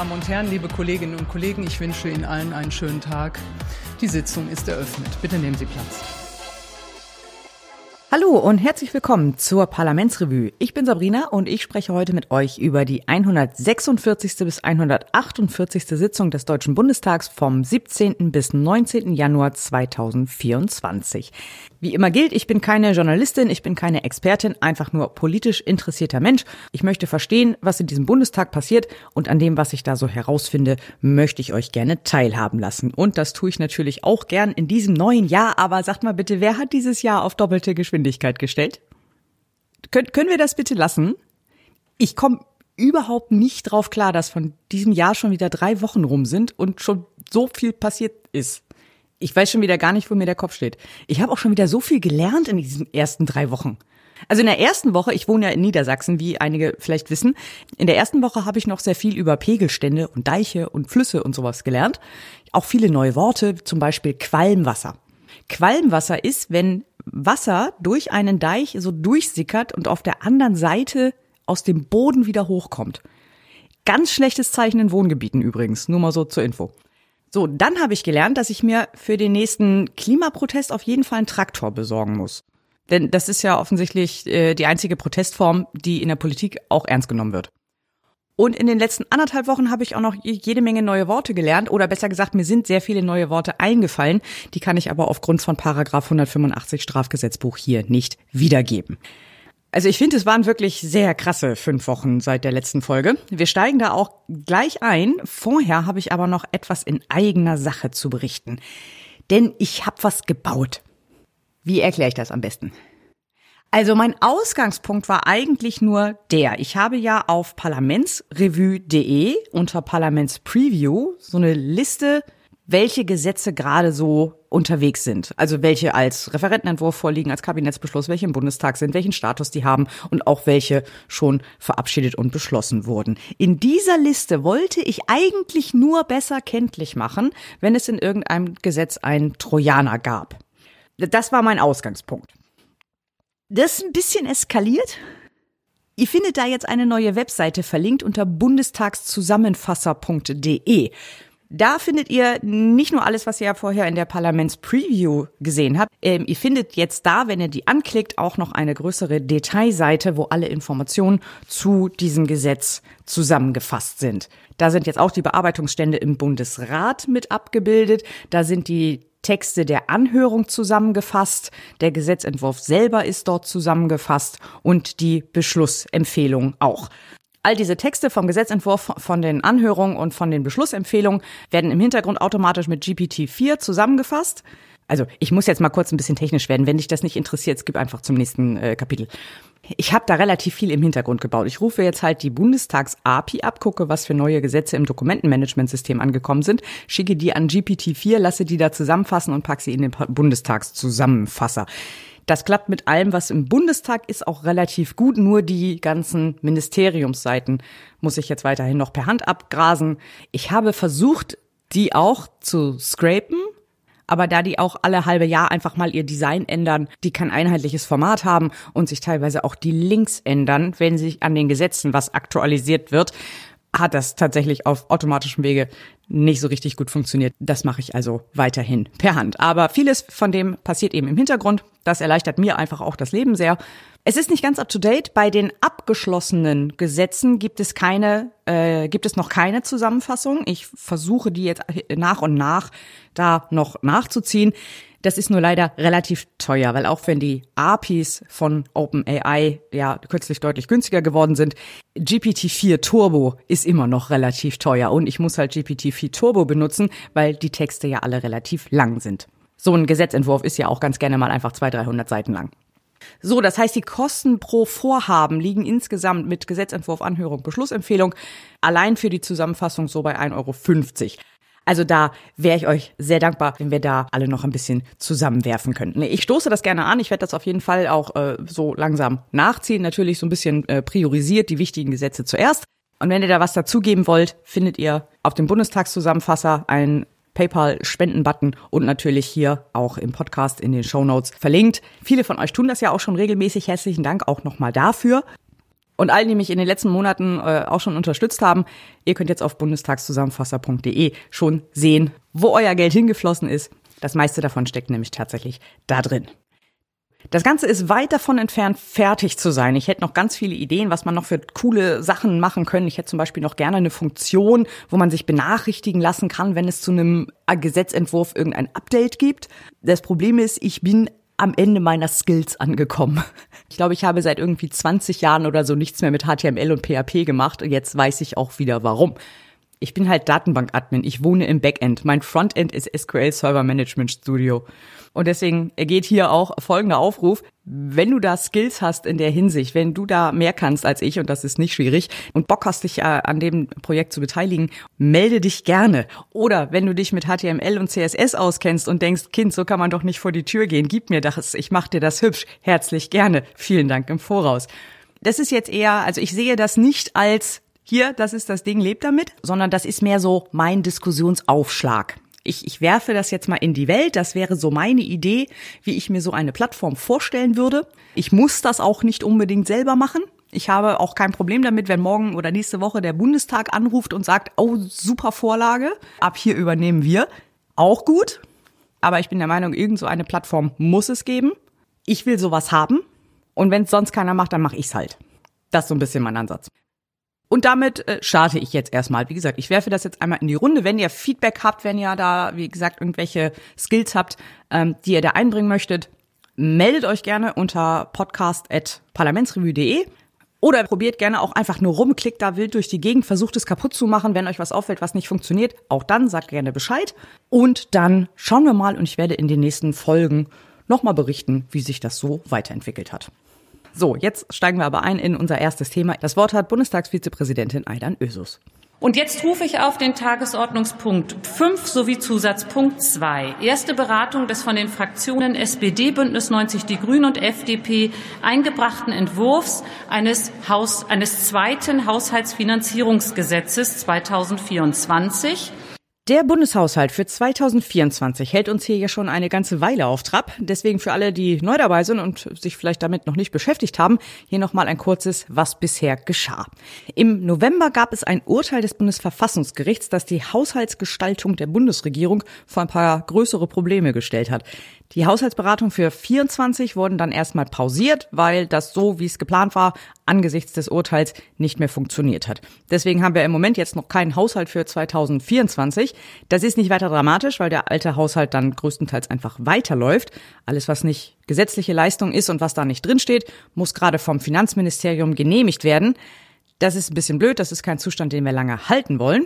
Damen und Herren, liebe Kolleginnen und Kollegen, ich wünsche Ihnen allen einen schönen Tag. Die Sitzung ist eröffnet. Bitte nehmen Sie Platz. Hallo und herzlich willkommen zur Parlamentsrevue. Ich bin Sabrina und ich spreche heute mit euch über die 146. bis 148. Sitzung des Deutschen Bundestags vom 17. bis 19. Januar 2024. Wie immer gilt, ich bin keine Journalistin, ich bin keine Expertin, einfach nur politisch interessierter Mensch. Ich möchte verstehen, was in diesem Bundestag passiert und an dem, was ich da so herausfinde, möchte ich euch gerne teilhaben lassen. Und das tue ich natürlich auch gern in diesem neuen Jahr. Aber sagt mal bitte, wer hat dieses Jahr auf doppelte Geschwindigkeit gestellt? Können wir das bitte lassen? Ich komme überhaupt nicht drauf klar, dass von diesem Jahr schon wieder 3 Wochen rum sind und schon so viel passiert ist. Ich weiß schon wieder gar nicht, wo mir der Kopf steht. Ich habe auch schon wieder so viel gelernt in diesen ersten 3 Wochen. Also in der ersten Woche, ich wohne ja in Niedersachsen, wie einige vielleicht wissen, in der ersten Woche habe ich noch sehr viel über Pegelstände und Deiche und Flüsse und sowas gelernt. Auch viele neue Worte, zum Beispiel Qualmwasser. Qualmwasser ist, wenn Wasser durch einen Deich so durchsickert und auf der anderen Seite aus dem Boden wieder hochkommt. Ganz schlechtes Zeichen in Wohngebieten übrigens, nur mal so zur Info. So, dann habe ich gelernt, dass ich mir für den nächsten Klimaprotest auf jeden Fall einen Traktor besorgen muss. Denn das ist ja offensichtlich die einzige Protestform, die in der Politik auch ernst genommen wird. Und in den letzten 1,5 Wochen habe ich auch noch jede Menge neue Worte gelernt. Oder besser gesagt, mir sind sehr viele neue Worte eingefallen. Die kann ich aber aufgrund von Paragraph 185 Strafgesetzbuch hier nicht wiedergeben. Also ich finde, es waren wirklich sehr krasse 5 Wochen seit der letzten Folge. Wir steigen da auch gleich ein. Vorher habe ich aber noch etwas in eigener Sache zu berichten. Denn ich habe was gebaut. Wie erkläre ich das am besten? Also mein Ausgangspunkt war eigentlich nur der. Ich habe ja auf parlamentsrevue.de unter Parlamentspreview so eine Liste, welche Gesetze gerade so unterwegs sind. Also welche als Referentenentwurf vorliegen, als Kabinettsbeschluss, welche im Bundestag sind, welchen Status die haben und auch welche schon verabschiedet und beschlossen wurden. In dieser Liste wollte ich eigentlich nur besser kenntlich machen, wenn es in irgendeinem Gesetz einen Trojaner gab. Das war mein Ausgangspunkt. Das ist ein bisschen eskaliert. Ihr findet da jetzt eine neue Webseite verlinkt unter bundestagszusammenfasser.de. Da findet ihr nicht nur alles, was ihr ja vorher in der Parlamentspreview gesehen habt. Ihr findet jetzt da, wenn ihr die anklickt, auch noch eine größere Detailseite, wo alle Informationen zu diesem Gesetz zusammengefasst sind. Da sind jetzt auch die Bearbeitungsstände im Bundesrat mit abgebildet. Da sind die Texte der Anhörung zusammengefasst, der Gesetzentwurf selber ist dort zusammengefasst und die Beschlussempfehlung auch. All diese Texte vom Gesetzentwurf, von den Anhörungen und von den Beschlussempfehlungen werden im Hintergrund automatisch mit GPT-4 zusammengefasst. Also ich muss jetzt mal kurz ein bisschen technisch werden. Wenn dich das nicht interessiert, skip einfach zum nächsten Kapitel. Ich habe da relativ viel im Hintergrund gebaut. Ich rufe jetzt halt die Bundestags-API ab, gucke, was für neue Gesetze im Dokumentenmanagementsystem angekommen sind, schicke die an GPT-4, lasse die da zusammenfassen und packe sie in den Bundestagszusammenfasser. Das klappt mit allem, was im Bundestag ist, auch relativ gut. Nur die ganzen Ministeriumsseiten muss ich jetzt weiterhin noch per Hand abgrasen. Ich habe versucht, die auch zu scrapen. Aber da die auch alle halbe Jahr einfach mal ihr Design ändern, die kein einheitliches Format haben und sich teilweise auch die Links ändern, wenn sich an den Gesetzen was aktualisiert wird, hat das tatsächlich auf automatischem Wege nicht so richtig gut funktioniert. Das mache ich also weiterhin per Hand. Aber vieles von dem passiert eben im Hintergrund. Das erleichtert mir einfach auch das Leben sehr. Es ist nicht ganz up to date. Bei den abgeschlossenen Gesetzen gibt es noch keine Zusammenfassung. Ich versuche die jetzt nach und nach da noch nachzuziehen. Das ist nur leider relativ teuer, weil auch wenn die APIs von OpenAI ja kürzlich deutlich günstiger geworden sind, GPT-4 Turbo ist immer noch relativ teuer und ich muss halt GPT-4 Turbo benutzen, weil die Texte ja alle relativ lang sind. So ein Gesetzentwurf ist ja auch ganz gerne mal einfach 200-300 Seiten lang. So, das heißt, die Kosten pro Vorhaben liegen insgesamt mit Gesetzentwurf, Anhörung, Beschlussempfehlung allein für die Zusammenfassung so bei 1,50 €. Also da wäre ich euch sehr dankbar, wenn wir da alle noch ein bisschen zusammenwerfen könnten. Ich stoße das gerne an. Ich werde das auf jeden Fall auch so langsam nachziehen. Natürlich so ein bisschen priorisiert, die wichtigen Gesetze zuerst. Und wenn ihr da was dazugeben wollt, findet ihr auf dem Bundestagszusammenfasser einen PayPal-Spenden-Button und natürlich hier auch im Podcast in den Shownotes verlinkt. Viele von euch tun das ja auch schon regelmäßig. Herzlichen Dank auch nochmal dafür. Und allen, die mich in den letzten Monaten auch schon unterstützt haben, ihr könnt jetzt auf bundestagszusammenfasser.de schon sehen, wo euer Geld hingeflossen ist. Das meiste davon steckt nämlich tatsächlich da drin. Das Ganze ist weit davon entfernt, fertig zu sein. Ich hätte noch ganz viele Ideen, was man noch für coole Sachen machen können. Ich hätte zum Beispiel noch gerne eine Funktion, wo man sich benachrichtigen lassen kann, wenn es zu einem Gesetzentwurf irgendein Update gibt. Das Problem ist, ich bin am Ende meiner Skills angekommen. Ich glaube, ich habe seit irgendwie 20 Jahren oder so nichts mehr mit HTML und PHP gemacht. Und jetzt weiß ich auch wieder, warum. Ich bin halt Datenbank-Admin. Ich wohne im Backend. Mein Frontend ist SQL Server Management Studio. Und deswegen geht hier auch folgender Aufruf. Wenn du da Skills hast in der Hinsicht, wenn du da mehr kannst als ich, und das ist nicht schwierig, und Bock hast, dich an dem Projekt zu beteiligen, melde dich gerne. Oder wenn du dich mit HTML und CSS auskennst und denkst, Kind, so kann man doch nicht vor die Tür gehen, gib mir das, ich mach dir das hübsch. Herzlich gerne. Vielen Dank im Voraus. Das ist jetzt eher, also ich sehe das nicht als hier, das ist das Ding, lebt damit, sondern das ist mehr so mein Diskussionsaufschlag. Ich werfe das jetzt mal in die Welt. Das wäre so meine Idee, wie ich mir so eine Plattform vorstellen würde. Ich muss das auch nicht unbedingt selber machen. Ich habe auch kein Problem damit, wenn morgen oder nächste Woche der Bundestag anruft und sagt, oh, super Vorlage, ab hier übernehmen wir. Auch gut. Aber ich bin der Meinung, irgend so eine Plattform muss es geben. Ich will sowas haben. Und wenn es sonst keiner macht, dann mache ich es halt. Das ist so ein bisschen mein Ansatz. Und damit starte ich jetzt erstmal. Wie gesagt, ich werfe das jetzt einmal in die Runde. Wenn ihr Feedback habt, wenn ihr da, wie gesagt, irgendwelche Skills habt, die ihr da einbringen möchtet, meldet euch gerne unter podcast@parlamentsrevue.de oder probiert gerne auch einfach nur rum, klickt da wild durch die Gegend, versucht es kaputt zu machen. Wenn euch was auffällt, was nicht funktioniert, auch dann sagt gerne Bescheid. Und dann schauen wir mal und ich werde in den nächsten Folgen nochmal berichten, wie sich das so weiterentwickelt hat. So, jetzt steigen wir aber ein in unser erstes Thema. Das Wort hat Bundestagsvizepräsidentin Aydan Özüz. Und jetzt rufe ich auf den Tagesordnungspunkt 5 sowie Zusatzpunkt 2. Erste Beratung des von den Fraktionen SPD, Bündnis 90 Die Grünen und FDP eingebrachten Entwurfs eines zweiten Haushaltsfinanzierungsgesetzes 2024. Der Bundeshaushalt für 2024 hält uns hier ja schon eine ganze Weile auf Trab. Deswegen für alle, die neu dabei sind und sich vielleicht damit noch nicht beschäftigt haben, hier nochmal ein kurzes, was bisher geschah. Im November gab es ein Urteil des Bundesverfassungsgerichts, das die Haushaltsgestaltung der Bundesregierung vor ein paar größere Probleme gestellt hat. Die Haushaltsberatungen für 24 wurden dann erstmal pausiert, weil das so, wie es geplant war, angesichts des Urteils nicht mehr funktioniert hat. Deswegen haben wir im Moment jetzt noch keinen Haushalt für 2024. Das ist nicht weiter dramatisch, weil der alte Haushalt dann größtenteils einfach weiterläuft. Alles, was nicht gesetzliche Leistung ist und was da nicht drinsteht, muss gerade vom Finanzministerium genehmigt werden. Das ist ein bisschen blöd, das ist kein Zustand, den wir lange halten wollen.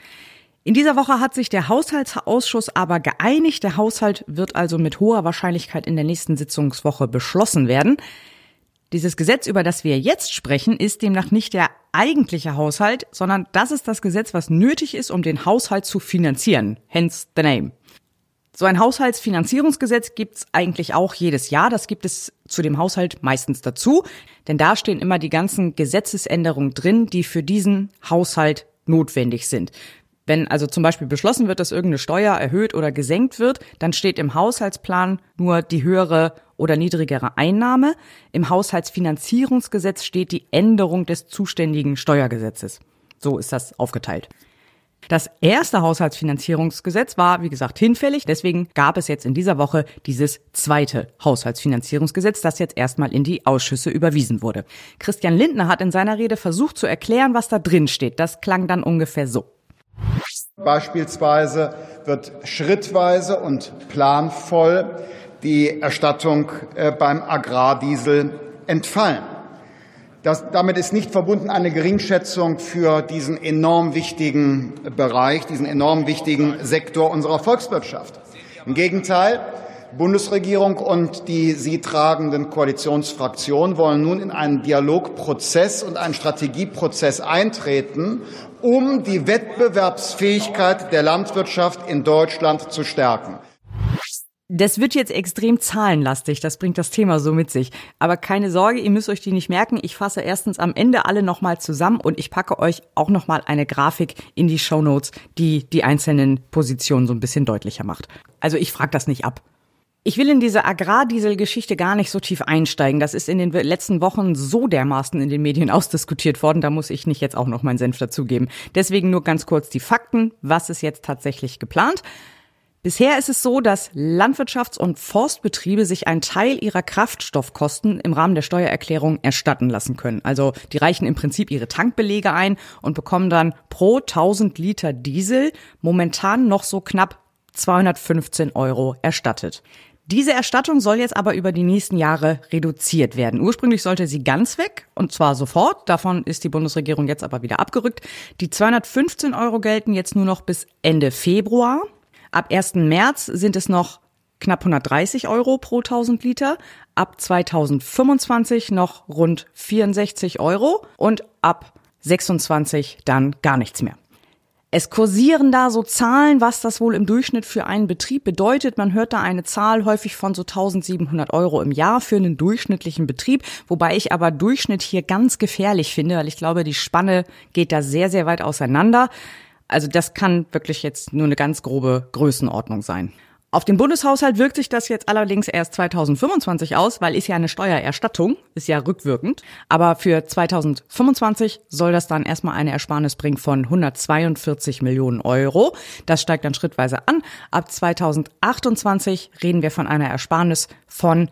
In dieser Woche hat sich der Haushaltsausschuss aber geeinigt. Der Haushalt wird also mit hoher Wahrscheinlichkeit in der nächsten Sitzungswoche beschlossen werden. Dieses Gesetz, über das wir jetzt sprechen, ist demnach nicht der eigentliche Haushalt, sondern das ist das Gesetz, was nötig ist, um den Haushalt zu finanzieren. Hence the name. So ein Haushaltsfinanzierungsgesetz gibt's eigentlich auch jedes Jahr. Das gibt es zu dem Haushalt meistens dazu, denn da stehen immer die ganzen Gesetzesänderungen drin, die für diesen Haushalt notwendig sind. Wenn also zum Beispiel beschlossen wird, dass irgendeine Steuer erhöht oder gesenkt wird, dann steht im Haushaltsplan nur die höhere oder niedrigere Einnahme. Im Haushaltsfinanzierungsgesetz steht die Änderung des zuständigen Steuergesetzes. So ist das aufgeteilt. Das erste Haushaltsfinanzierungsgesetz war, wie gesagt, hinfällig. Deswegen gab es jetzt in dieser Woche dieses zweite Haushaltsfinanzierungsgesetz, das jetzt erstmal in die Ausschüsse überwiesen wurde. Christian Lindner hat in seiner Rede versucht zu erklären, was da drin steht. Das klang dann ungefähr so. Beispielsweise wird schrittweise und planvoll die Erstattung beim Agrardiesel entfallen. Damit ist nicht verbunden eine Geringschätzung für diesen enorm wichtigen Bereich, diesen enorm wichtigen Sektor unserer Volkswirtschaft. Im Gegenteil, Bundesregierung und die sie tragenden Koalitionsfraktionen wollen nun in einen Dialogprozess und einen Strategieprozess eintreten, um die Wettbewerbsfähigkeit der Landwirtschaft in Deutschland zu stärken. Das wird jetzt extrem zahlenlastig, das bringt das Thema so mit sich. Aber keine Sorge, ihr müsst euch die nicht merken. Ich fasse erstens am Ende alle nochmal zusammen und ich packe euch auch nochmal eine Grafik in die Shownotes, die die einzelnen Positionen so ein bisschen deutlicher macht. Also ich frage das nicht ab. Ich will in diese Agrardieselgeschichte gar nicht so tief einsteigen. Das ist in den letzten Wochen so dermaßen in den Medien ausdiskutiert worden, da muss ich nicht jetzt auch noch meinen Senf dazugeben. Deswegen nur ganz kurz die Fakten, was ist jetzt tatsächlich geplant? Bisher ist es so, dass Landwirtschafts- und Forstbetriebe sich einen Teil ihrer Kraftstoffkosten im Rahmen der Steuererklärung erstatten lassen können. Also die reichen im Prinzip ihre Tankbelege ein und bekommen dann pro 1000 Liter Diesel momentan noch so knapp 215 € erstattet. Diese Erstattung soll jetzt aber über die nächsten Jahre reduziert werden. Ursprünglich sollte sie ganz weg, und zwar sofort. Davon ist die Bundesregierung jetzt aber wieder abgerückt. Die 215 € gelten jetzt nur noch bis Ende Februar. Ab 1. März sind es noch knapp 130 € pro 1000 Liter, ab 2025 noch rund 64 € und ab 26 dann gar nichts mehr. Es kursieren da so Zahlen, was das wohl im Durchschnitt für einen Betrieb bedeutet. Man hört da eine Zahl häufig von so 1.700 € im Jahr für einen durchschnittlichen Betrieb, wobei ich aber Durchschnitt hier ganz gefährlich finde, weil ich glaube, die Spanne geht da sehr, sehr weit auseinander. Also das kann wirklich jetzt nur eine ganz grobe Größenordnung sein. Auf den Bundeshaushalt wirkt sich das jetzt allerdings erst 2025 aus, weil ist ja eine Steuererstattung, ist ja rückwirkend. Aber für 2025 soll das dann erstmal eine Ersparnis bringen von 142 Millionen €. Das steigt dann schrittweise an. Ab 2028 reden wir von einer Ersparnis von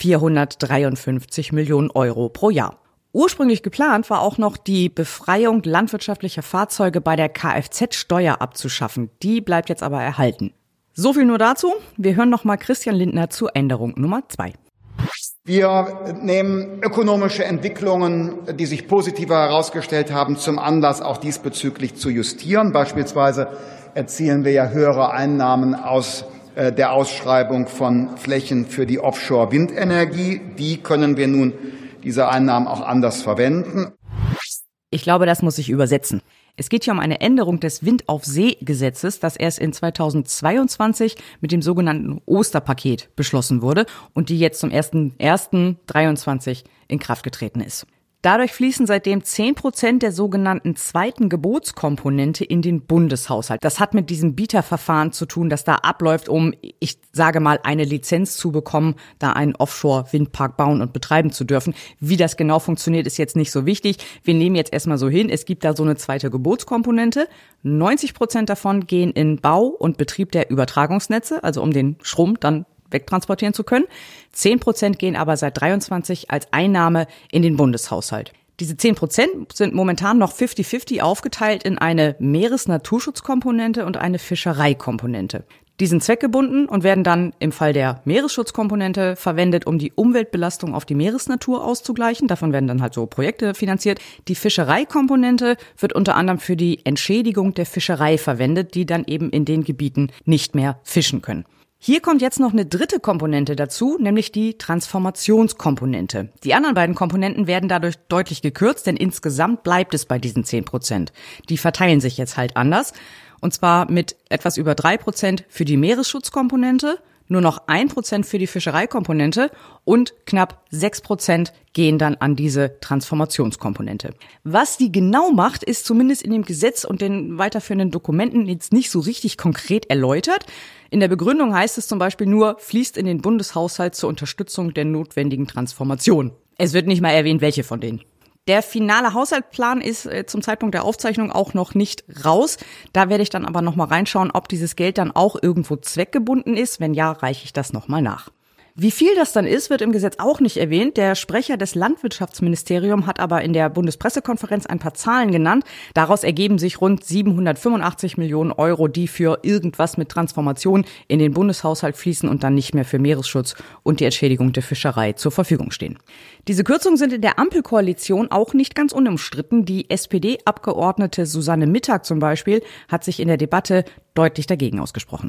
453 Millionen € pro Jahr. Ursprünglich geplant war auch noch die Befreiung landwirtschaftlicher Fahrzeuge bei der Kfz-Steuer abzuschaffen. Die bleibt jetzt aber erhalten. So viel nur dazu. Wir hören noch mal Christian Lindner zu Änderung Nummer 2. Wir nehmen ökonomische Entwicklungen, die sich positiver herausgestellt haben, zum Anlass, auch diesbezüglich zu justieren. Beispielsweise erzielen wir ja höhere Einnahmen aus der Ausschreibung von Flächen für die Offshore-Windenergie. Die können wir nun, diese Einnahmen, auch anders verwenden. Ich glaube, das muss ich übersetzen. Es geht hier um eine Änderung des Wind-auf-See-Gesetzes, das erst in 2022 mit dem sogenannten Osterpaket beschlossen wurde und die jetzt zum 01.01.23 in Kraft getreten ist. Dadurch fließen seitdem 10% der sogenannten zweiten Gebotskomponente in den Bundeshaushalt. Das hat mit diesem Bieterverfahren zu tun, das da abläuft, um, ich sage mal, eine Lizenz zu bekommen, da einen Offshore-Windpark bauen und betreiben zu dürfen. Wie das genau funktioniert, ist jetzt nicht so wichtig. Wir nehmen jetzt erstmal so hin, es gibt da so eine zweite Gebotskomponente. 90% davon gehen in Bau und Betrieb der Übertragungsnetze, also um den Strom dann wegtransportieren zu können. 10% gehen aber seit 23 als Einnahme in den Bundeshaushalt. Diese 10% sind momentan noch 50-50 aufgeteilt in eine Meeresnaturschutzkomponente und eine Fischereikomponente. Die sind zweckgebunden und werden dann im Fall der Meeresschutzkomponente verwendet, um die Umweltbelastung auf die Meeresnatur auszugleichen. Davon werden dann halt so Projekte finanziert. Die Fischereikomponente wird unter anderem für die Entschädigung der Fischerei verwendet, die dann eben in den Gebieten nicht mehr fischen können. Hier kommt jetzt noch eine dritte Komponente dazu, nämlich die Transformationskomponente. Die anderen beiden Komponenten werden dadurch deutlich gekürzt, denn insgesamt bleibt es bei diesen 10%. Die verteilen sich jetzt halt anders. Und zwar mit etwas über 3% für die Meeresschutzkomponente, nur noch 1% für die Fischereikomponente und knapp 6% gehen dann an diese Transformationskomponente. Was die genau macht, ist zumindest in dem Gesetz und den weiterführenden Dokumenten jetzt nicht so richtig konkret erläutert. In der Begründung heißt es zum Beispiel nur, fließt in den Bundeshaushalt zur Unterstützung der notwendigen Transformation. Es wird nicht mal erwähnt, welche von denen. Der finale Haushaltsplan ist zum Zeitpunkt der Aufzeichnung auch noch nicht raus. Da werde ich dann aber noch mal reinschauen, ob dieses Geld dann auch irgendwo zweckgebunden ist. Wenn ja, reiche ich das noch mal nach. Wie viel das dann ist, wird im Gesetz auch nicht erwähnt. Der Sprecher des Landwirtschaftsministeriums hat aber in der Bundespressekonferenz ein paar Zahlen genannt. Daraus ergeben sich rund 785 Millionen €, die für irgendwas mit Transformation in den Bundeshaushalt fließen und dann nicht mehr für Meeresschutz und die Entschädigung der Fischerei zur Verfügung stehen. Diese Kürzungen sind in der Ampelkoalition auch nicht ganz unumstritten. Die SPD-Abgeordnete Susanne Mittag zum Beispiel hat sich in der Debatte deutlich dagegen ausgesprochen.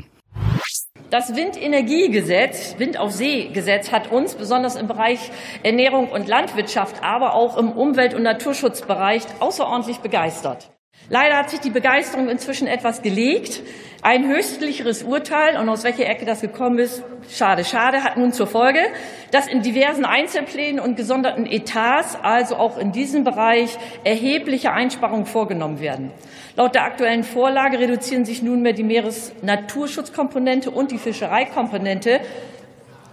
Das Windenergiegesetz, Wind-auf-See-Gesetz hat uns besonders im Bereich Ernährung und Landwirtschaft, aber auch im Umwelt- und Naturschutzbereich außerordentlich begeistert. Leider hat sich die Begeisterung inzwischen etwas gelegt. Ein höchstlicheres Urteil, und aus welcher Ecke das gekommen ist, schade, hat nun zur Folge, dass in diversen Einzelplänen und gesonderten Etats, also auch in diesem Bereich, erhebliche Einsparungen vorgenommen werden. Laut der aktuellen Vorlage reduzieren sich nunmehr die Meeresnaturschutzkomponente und die Fischereikomponente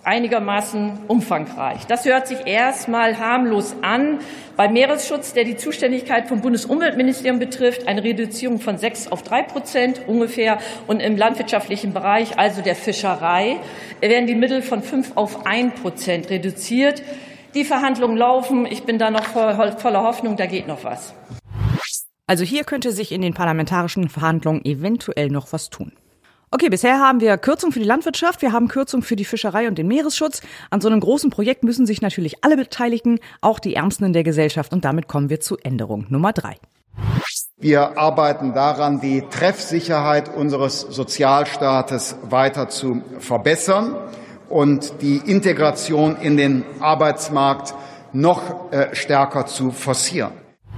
einigermaßen umfangreich. Das hört sich erstmal harmlos an. Beim Meeresschutz, der die Zuständigkeit vom Bundesumweltministerium betrifft, eine Reduzierung von 6 auf 3% ungefähr. Und im landwirtschaftlichen Bereich, also der Fischerei, werden die Mittel von 5 auf 1% reduziert. Die Verhandlungen laufen. Ich bin da noch voller Hoffnung, da geht noch was. Also hier könnte sich in den parlamentarischen Verhandlungen eventuell noch was tun. Okay, bisher haben wir Kürzung für die Landwirtschaft, wir haben Kürzung für die Fischerei und den Meeresschutz. An so einem großen Projekt müssen sich natürlich alle beteiligen, auch die Ärmsten in der Gesellschaft. Und damit kommen wir zu Änderung Nummer 3. Wir arbeiten daran, die Treffsicherheit unseres Sozialstaates weiter zu verbessern und die Integration in den Arbeitsmarkt noch stärker zu forcieren.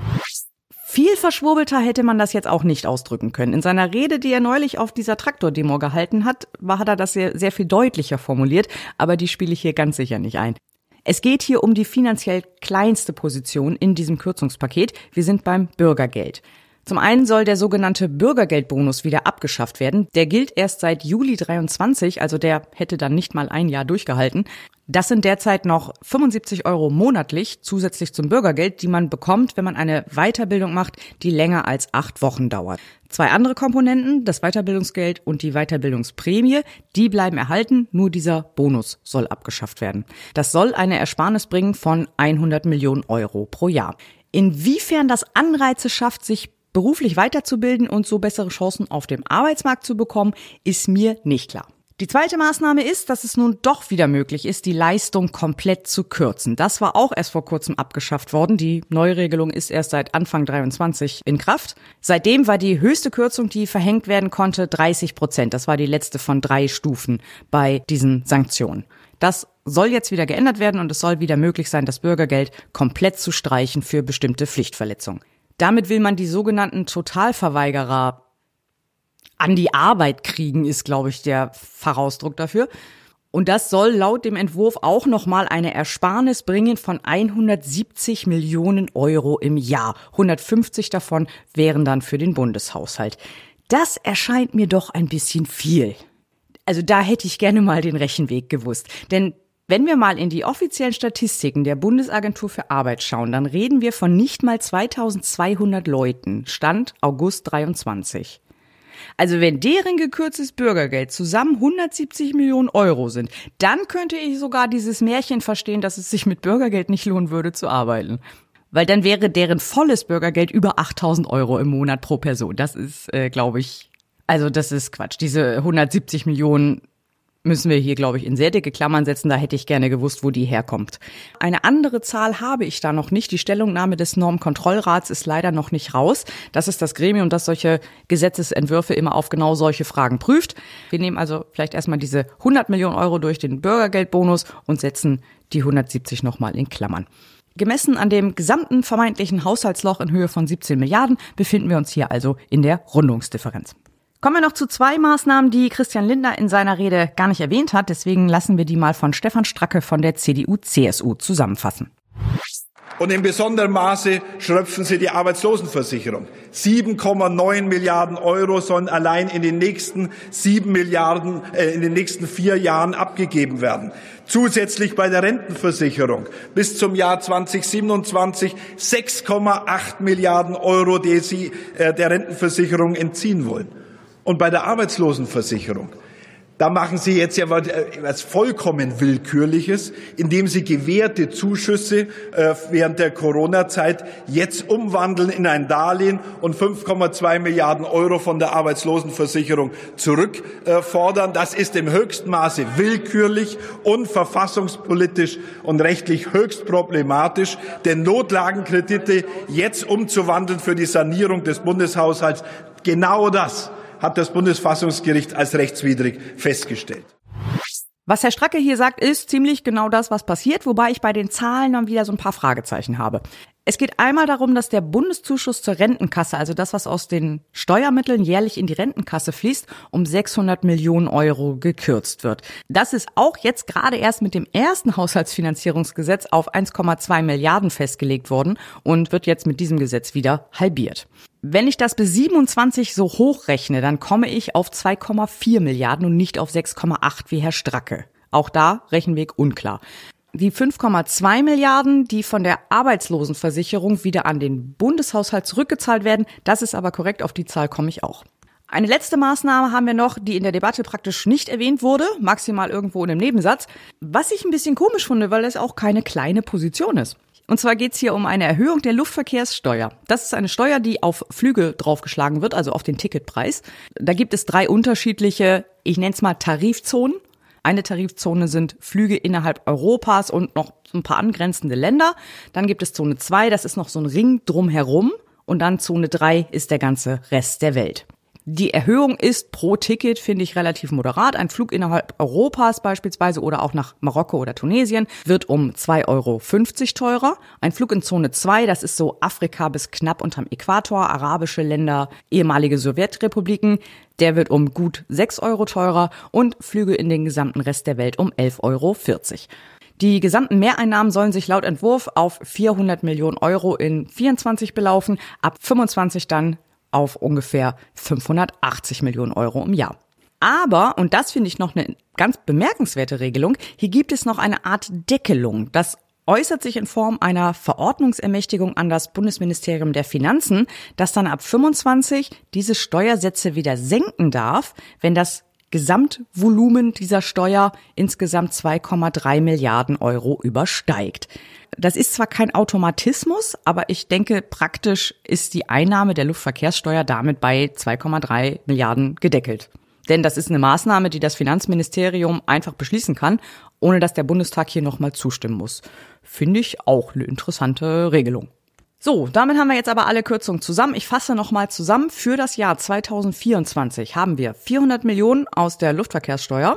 Viel verschwurbelter hätte man das jetzt auch nicht ausdrücken können. In seiner Rede, die er neulich auf dieser Traktordemo gehalten hat, hat er das sehr viel deutlicher formuliert, aber die spiele ich hier ganz sicher nicht ein. Es geht hier um die finanziell kleinste Position in diesem Kürzungspaket. Wir sind beim Bürgergeld. Zum einen soll der sogenannte Bürgergeldbonus wieder abgeschafft werden. Der gilt erst seit Juli 23, also der hätte dann nicht mal ein Jahr durchgehalten. Das sind derzeit noch 75 € monatlich zusätzlich zum Bürgergeld, die man bekommt, wenn man eine Weiterbildung macht, die länger als 8 Wochen dauert. 2 andere Komponenten, das Weiterbildungsgeld und die Weiterbildungsprämie, die bleiben erhalten, nur dieser Bonus soll abgeschafft werden. Das soll eine Ersparnis bringen von 100 Millionen € pro Jahr. Inwiefern das Anreize schafft, sich beruflich weiterzubilden und so bessere Chancen auf dem Arbeitsmarkt zu bekommen, ist mir nicht klar. Die zweite Maßnahme ist, dass es nun doch wieder möglich ist, die Leistung komplett zu kürzen. Das war auch erst vor kurzem abgeschafft worden. Die Neuregelung ist erst seit Anfang 23 in Kraft. Seitdem war die höchste Kürzung, die verhängt werden konnte, 30%. Das war die letzte von 3 Stufen bei diesen Sanktionen. Das soll jetzt wieder geändert werden und es soll wieder möglich sein, das Bürgergeld komplett zu streichen für bestimmte Pflichtverletzungen. Damit will man die sogenannten Totalverweigerer an die Arbeit kriegen, ist, glaube ich, der Fachausdruck dafür. Und das soll laut dem Entwurf auch nochmal eine Ersparnis bringen von 170 Millionen € im Jahr. 150 davon wären dann für den Bundeshaushalt. Das erscheint mir doch ein bisschen viel. Also da hätte ich gerne mal den Rechenweg gewusst. Denn wenn wir mal in die offiziellen Statistiken der Bundesagentur für Arbeit schauen, dann reden wir von nicht mal 2200 Leuten, Stand August 23. Also wenn deren gekürztes Bürgergeld zusammen 170 Millionen € sind, dann könnte ich sogar dieses Märchen verstehen, dass es sich mit Bürgergeld nicht lohnen würde zu arbeiten. Weil dann wäre deren volles Bürgergeld über 8.000 € im Monat pro Person. Das ist, glaube ich, also das ist Quatsch. Diese 170 Millionen müssen wir hier, glaube ich, in sehr dicke Klammern setzen. Da hätte ich gerne gewusst, wo die herkommt. Eine andere Zahl habe ich da noch nicht. Die Stellungnahme des Normenkontrollrats ist leider noch nicht raus. Das ist das Gremium, das solche Gesetzesentwürfe immer auf genau solche Fragen prüft. Wir nehmen also vielleicht erstmal diese 100 Millionen € durch den Bürgergeldbonus und setzen die 170 nochmal in Klammern. Gemessen an dem gesamten vermeintlichen Haushaltsloch in Höhe von 17 Milliarden befinden wir uns hier also in der Rundungsdifferenz. Kommen wir noch zu 2 Maßnahmen, die Christian Lindner in seiner Rede gar nicht erwähnt hat. Deswegen lassen wir die mal von Stefan Stracke von der CDU-CSU zusammenfassen. Und in besonderem Maße schröpfen sie die Arbeitslosenversicherung. 7,9 Milliarden € sollen allein in den nächsten 4 Jahren abgegeben werden. Zusätzlich bei der Rentenversicherung bis zum Jahr 2027 6,8 Milliarden €, die sie der Rentenversicherung entziehen wollen. Und bei der Arbeitslosenversicherung, da machen Sie jetzt ja was vollkommen Willkürliches, indem Sie gewährte Zuschüsse während der Corona-Zeit jetzt umwandeln in ein Darlehen und 5,2 Milliarden € von der Arbeitslosenversicherung zurückfordern. Das ist im höchsten Maße willkürlich und verfassungspolitisch und rechtlich höchst problematisch, denn Notlagenkredite jetzt umzuwandeln für die Sanierung des Bundeshaushalts, genau das hat das Bundesverfassungsgericht als rechtswidrig festgestellt. Was Herr Stracke hier sagt, ist ziemlich genau das, was passiert, wobei ich bei den Zahlen dann wieder so ein paar Fragezeichen habe. Es geht einmal darum, dass der Bundeszuschuss zur Rentenkasse, also das, was aus den Steuermitteln jährlich in die Rentenkasse fließt, um 600 Millionen € gekürzt wird. Das ist auch jetzt gerade erst mit dem ersten Haushaltsfinanzierungsgesetz auf 1,2 Milliarden festgelegt worden und wird jetzt mit diesem Gesetz wieder halbiert. Wenn ich das bis 27 so hochrechne, dann komme ich auf 2,4 Milliarden und nicht auf 6,8 wie Herr Stracke Auch da Rechenweg unklar. Die 5,2 Milliarden, die von der Arbeitslosenversicherung wieder an den Bundeshaushalt zurückgezahlt werden, das ist aber korrekt, auf die Zahl komme ich auch. Eine letzte Maßnahme haben wir noch, die in der Debatte praktisch nicht erwähnt wurde, maximal irgendwo in einem Nebensatz, was ich ein bisschen komisch finde, weil es auch keine kleine Position ist. Und zwar geht's hier um eine Erhöhung der Luftverkehrssteuer. Das ist eine Steuer, die auf Flüge draufgeschlagen wird, also auf den Ticketpreis. Da gibt es 3 unterschiedliche, ich nenne es mal Tarifzonen. Eine Tarifzone sind Flüge innerhalb Europas und noch ein paar angrenzende Länder. Dann gibt es Zone 2, das ist noch so ein Ring drumherum. Und dann Zone 3 ist der ganze Rest der Welt. Die Erhöhung ist pro Ticket, finde ich, relativ moderat. Ein Flug innerhalb Europas beispielsweise oder auch nach Marokko oder Tunesien wird um 2,50 € teurer. Ein Flug in Zone 2, das ist so Afrika bis knapp unterm Äquator, arabische Länder, ehemalige Sowjetrepubliken, der wird um gut 6 € teurer und Flüge in den gesamten Rest der Welt um 11,40 €. Die gesamten Mehreinnahmen sollen sich laut Entwurf auf 400 Millionen € in 24 belaufen, ab 25 dann auf ungefähr 580 Millionen € im Jahr. Aber, und das finde ich noch eine ganz bemerkenswerte Regelung, hier gibt es noch eine Art Deckelung. Das äußert sich in Form einer Verordnungsermächtigung an das Bundesministerium der Finanzen, das dann ab 25 diese Steuersätze wieder senken darf, wenn das Gesamtvolumen dieser Steuer insgesamt 2,3 Milliarden € übersteigt. Das ist zwar kein Automatismus, aber ich denke, praktisch ist die Einnahme der Luftverkehrssteuer damit bei 2,3 Milliarden gedeckelt. Denn das ist eine Maßnahme, die das Finanzministerium einfach beschließen kann, ohne dass der Bundestag hier nochmal zustimmen muss. Finde ich auch eine interessante Regelung. So, damit haben wir jetzt aber alle Kürzungen zusammen. Ich fasse nochmal zusammen. Für das Jahr 2024 haben wir 400 Millionen aus der Luftverkehrssteuer,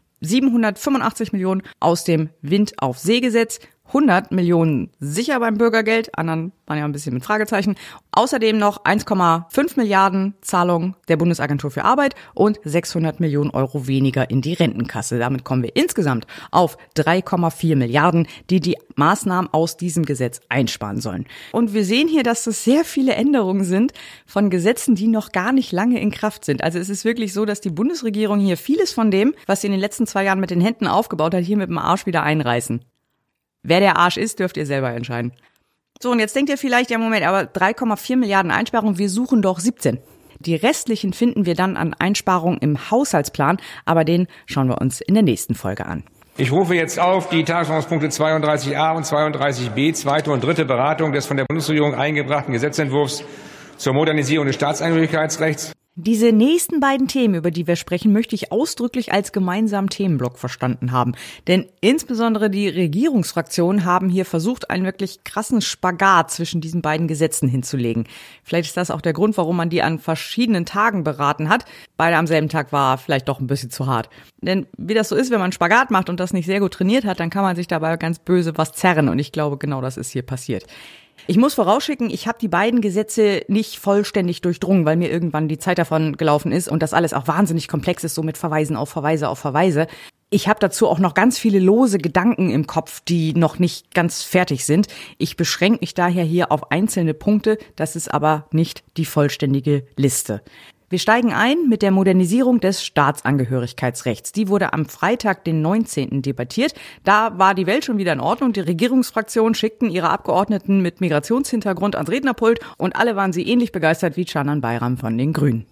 785 Millionen aus dem Wind-auf-See-Gesetz, 100 Millionen sicher beim Bürgergeld, anderen waren ja ein bisschen mit Fragezeichen. Außerdem noch 1,5 Milliarden Zahlungen der Bundesagentur für Arbeit und 600 Millionen € weniger in die Rentenkasse. Damit kommen wir insgesamt auf 3,4 Milliarden, die die Maßnahmen aus diesem Gesetz einsparen sollen. Und wir sehen hier, dass das sehr viele Änderungen sind von Gesetzen, die noch gar nicht lange in Kraft sind. Also es ist wirklich so, dass die Bundesregierung hier vieles von dem, was sie in den letzten 2 Jahren mit den Händen aufgebaut hat, hier mit dem Arsch wieder einreißen. Wer der Arsch ist, dürft ihr selber entscheiden. So, und jetzt denkt ihr vielleicht, ja Moment, aber 3,4 Milliarden Einsparungen, wir suchen doch 17. Die restlichen finden wir dann an Einsparungen im Haushaltsplan, aber den schauen wir uns in der nächsten Folge an. Ich rufe jetzt auf die Tagesordnungspunkte 32a und 32b, zweite und dritte Beratung des von der Bundesregierung eingebrachten Gesetzentwurfs zur Modernisierung des Staatsangehörigkeitsrechts. Diese nächsten beiden Themen, über die wir sprechen, möchte ich ausdrücklich als gemeinsamen Themenblock verstanden haben. Denn insbesondere die Regierungsfraktionen haben hier versucht, einen wirklich krassen Spagat zwischen diesen beiden Gesetzen hinzulegen. Vielleicht ist das auch der Grund, warum man die an verschiedenen Tagen beraten hat. Beide am selben Tag war vielleicht doch ein bisschen zu hart. Denn wie das so ist, wenn man Spagat macht und das nicht sehr gut trainiert hat, dann kann man sich dabei ganz böse was zerren. Und ich glaube, genau das ist hier passiert. Ich muss vorausschicken, ich habe die beiden Gesetze nicht vollständig durchdrungen, weil mir irgendwann die Zeit davon gelaufen ist und das alles auch wahnsinnig komplex ist, so mit Verweisen auf Verweise auf Verweise. Ich habe dazu auch noch ganz viele lose Gedanken im Kopf, die noch nicht ganz fertig sind. Ich beschränke mich daher hier auf einzelne Punkte, das ist aber nicht die vollständige Liste. Wir steigen ein mit der Modernisierung des Staatsangehörigkeitsrechts. Die wurde am Freitag, den 19. debattiert. Da war die Welt schon wieder in Ordnung. Die Regierungsfraktionen schickten ihre Abgeordneten mit Migrationshintergrund ans Rednerpult und alle waren sie ähnlich begeistert wie Canan Bayram von den Grünen.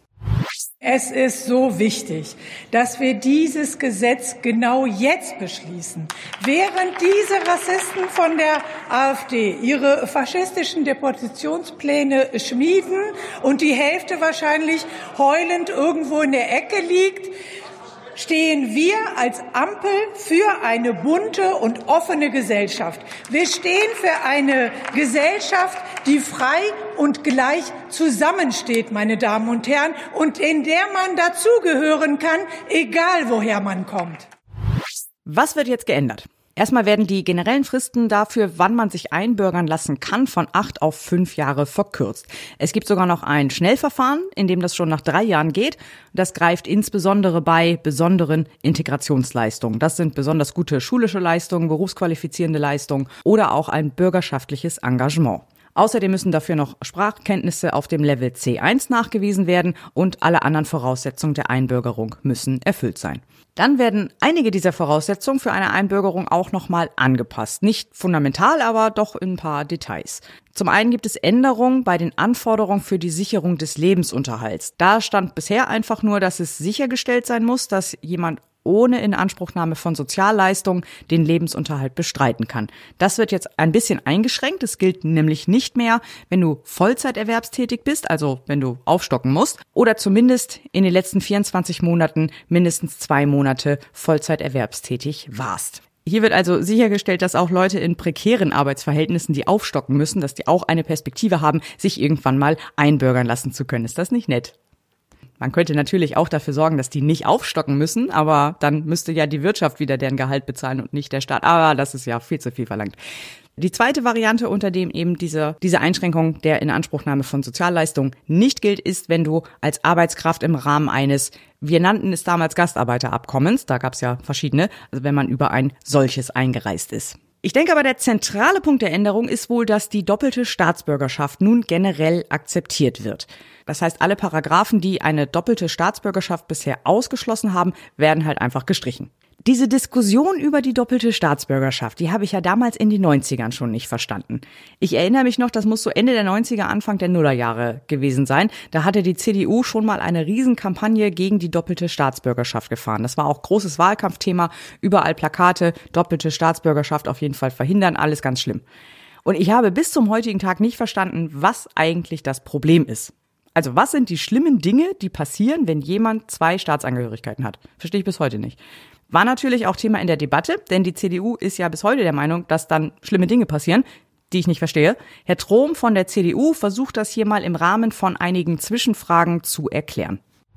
Es ist so wichtig, dass wir dieses Gesetz genau jetzt beschließen, während diese Rassisten von der AfD ihre faschistischen Deportationspläne schmieden und die Hälfte wahrscheinlich heulend irgendwo in der Ecke liegt, stehen wir als Ampel für eine bunte und offene Gesellschaft. Wir stehen für eine Gesellschaft, die frei und gleich zusammensteht, meine Damen und Herren, und in der man dazugehören kann, egal woher man kommt. Was wird jetzt geändert? Erstmal werden die generellen Fristen dafür, wann man sich einbürgern lassen kann, von 8 auf 5 Jahre verkürzt. Es gibt sogar noch ein Schnellverfahren, in dem das schon nach 3 Jahren geht. Das greift insbesondere bei besonderen Integrationsleistungen. Das sind besonders gute schulische Leistungen, berufsqualifizierende Leistungen oder auch ein bürgerschaftliches Engagement. Außerdem müssen dafür noch Sprachkenntnisse auf dem Level C1 nachgewiesen werden und alle anderen Voraussetzungen der Einbürgerung müssen erfüllt sein. Dann werden einige dieser Voraussetzungen für eine Einbürgerung auch nochmal angepasst. Nicht fundamental, aber doch in ein paar Details. Zum einen gibt es Änderungen bei den Anforderungen für die Sicherung des Lebensunterhalts. Da stand bisher einfach nur, dass es sichergestellt sein muss, dass jemand ohne Inanspruchnahme von Sozialleistungen den Lebensunterhalt bestreiten kann. Das wird jetzt ein bisschen eingeschränkt. Es gilt nämlich nicht mehr, wenn du Vollzeiterwerbstätig bist, also wenn du aufstocken musst, oder zumindest in den letzten 24 Monaten mindestens 2 Monate Vollzeiterwerbstätig warst. Hier wird also sichergestellt, dass auch Leute in prekären Arbeitsverhältnissen, die aufstocken müssen, dass die auch eine Perspektive haben, sich irgendwann mal einbürgern lassen zu können. Ist das nicht nett? Man könnte natürlich auch dafür sorgen, dass die nicht aufstocken müssen, aber dann müsste ja die Wirtschaft wieder deren Gehalt bezahlen und nicht der Staat. Aber das ist ja viel zu viel verlangt. Die zweite Variante, unter dem eben diese Einschränkung der Inanspruchnahme von Sozialleistungen nicht gilt, ist, wenn du als Arbeitskraft im Rahmen eines, wir nannten es damals Gastarbeiterabkommens, da gab es ja verschiedene, also wenn man über ein solches eingereist ist. Ich denke aber, der zentrale Punkt der Änderung ist wohl, dass die doppelte Staatsbürgerschaft nun generell akzeptiert wird. Das heißt, alle Paragraphen, die eine doppelte Staatsbürgerschaft bisher ausgeschlossen haben, werden halt einfach gestrichen. Diese Diskussion über die doppelte Staatsbürgerschaft, die habe ich ja damals in den 90ern schon nicht verstanden. Ich erinnere mich noch, das muss so Ende der 90er, Anfang der Nullerjahre gewesen sein. Da hatte die CDU schon mal eine Riesenkampagne gegen die doppelte Staatsbürgerschaft gefahren. Das war auch großes Wahlkampfthema, überall Plakate, doppelte Staatsbürgerschaft auf jeden Fall verhindern, alles ganz schlimm. Und ich habe bis zum heutigen Tag nicht verstanden, was eigentlich das Problem ist. Also was sind die schlimmen Dinge, die passieren, wenn jemand 2 Staatsangehörigkeiten hat? Verstehe ich bis heute nicht. War natürlich auch Thema in der Debatte, denn die CDU ist ja bis heute der Meinung, dass dann schlimme Dinge passieren, die ich nicht verstehe. Herr Trom von der CDU versucht das hier mal im Rahmen von einigen Zwischenfragen zu erklären.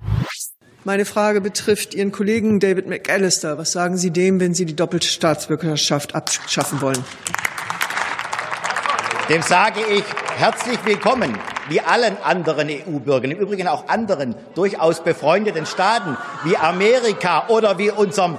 Meine Frage betrifft Ihren Kollegen David McAllister. Was sagen Sie dem, wenn Sie die doppelte Staatsbürgerschaft abschaffen wollen? Dem sage ich herzlich willkommen, wie allen anderen EU-Bürgern, im Übrigen auch anderen durchaus befreundeten Staaten wie Amerika oder wie unserem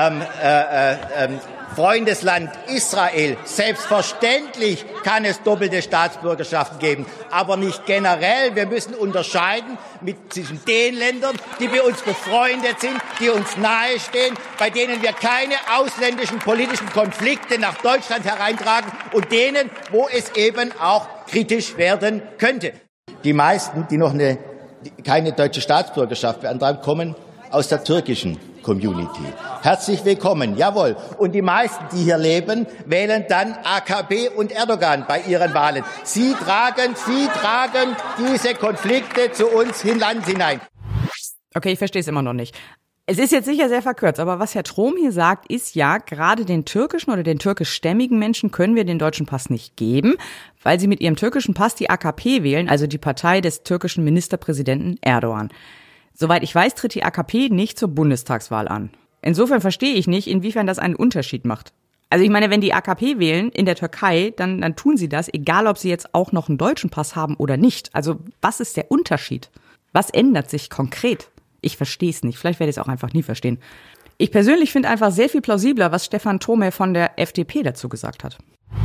Freundesland Israel. Selbstverständlich kann es doppelte Staatsbürgerschaften geben, aber nicht generell. Wir müssen unterscheiden zwischen den Ländern, die bei uns befreundet sind, die uns nahestehen, bei denen wir keine ausländischen politischen Konflikte nach Deutschland hereintragen und denen, wo es eben auch kritisch werden könnte. Die meisten, die noch keine deutsche Staatsbürgerschaft beantragen, kommen aus der türkischen Community. Herzlich willkommen, jawohl. Und die meisten, die hier leben, wählen dann AKP und Erdogan bei ihren Wahlen. Sie tragen diese Konflikte zu uns in Land hinein. Okay, ich verstehe es immer noch nicht. Es ist jetzt sicher sehr verkürzt, aber was Herr Trom hier sagt, ist ja, gerade den türkischen oder den türkischstämmigen Menschen können wir den deutschen Pass nicht geben, weil sie mit ihrem türkischen Pass die AKP wählen, also die Partei des türkischen Ministerpräsidenten Erdogan. Soweit ich weiß, tritt die AKP nicht zur Bundestagswahl an. Insofern verstehe ich nicht, inwiefern das einen Unterschied macht. Also ich meine, wenn die AKP wählen in der Türkei, dann tun sie das, egal ob sie jetzt auch noch einen deutschen Pass haben oder nicht. Also was ist der Unterschied? Was ändert sich konkret? Ich verstehe es nicht. Vielleicht werde ich es auch einfach nie verstehen. Ich persönlich finde einfach sehr viel plausibler, was Stefan Thome von der FDP dazu gesagt hat.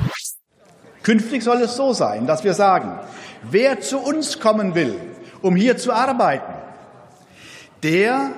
Künftig soll es so sein, dass wir sagen, wer zu uns kommen will, um hier zu arbeiten, der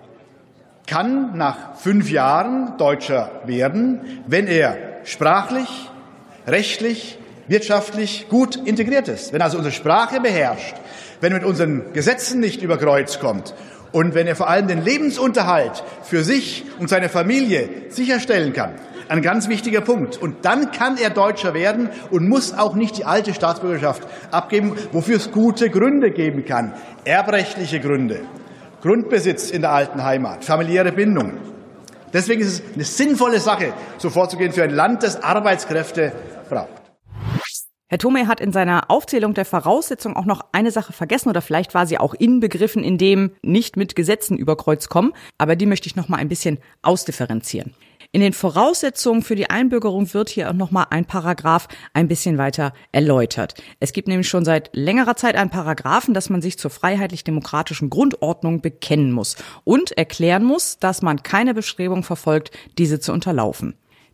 kann nach 5 Jahren Deutscher werden, wenn er sprachlich, rechtlich, wirtschaftlich gut integriert ist. Wenn also unsere Sprache beherrscht, wenn er mit unseren Gesetzen nicht über Kreuz kommt und wenn er vor allem den Lebensunterhalt für sich und seine Familie sicherstellen kann. Ein ganz wichtiger Punkt. Und dann kann er Deutscher werden und muss auch nicht die alte Staatsbürgerschaft abgeben, wofür es gute Gründe geben kann. Erbrechtliche Gründe. Grundbesitz in der alten Heimat, familiäre Bindungen. Deswegen ist es eine sinnvolle Sache, so vorzugehen für ein Land, das Arbeitskräfte braucht. Herr Thome hat in seiner Aufzählung der Voraussetzungen auch noch eine Sache vergessen oder vielleicht war sie auch inbegriffen in dem nicht mit Gesetzen über Kreuz kommen, aber die möchte ich noch mal ein bisschen ausdifferenzieren. In den Voraussetzungen für die Einbürgerung wird hier auch nochmal ein Paragraph ein bisschen weiter erläutert. Es gibt nämlich schon seit längerer Zeit einen Paragraphen, dass man sich zur freiheitlich-demokratischen Grundordnung bekennen muss und erklären muss, dass man keine Bestrebung verfolgt, diese zu unterlaufen.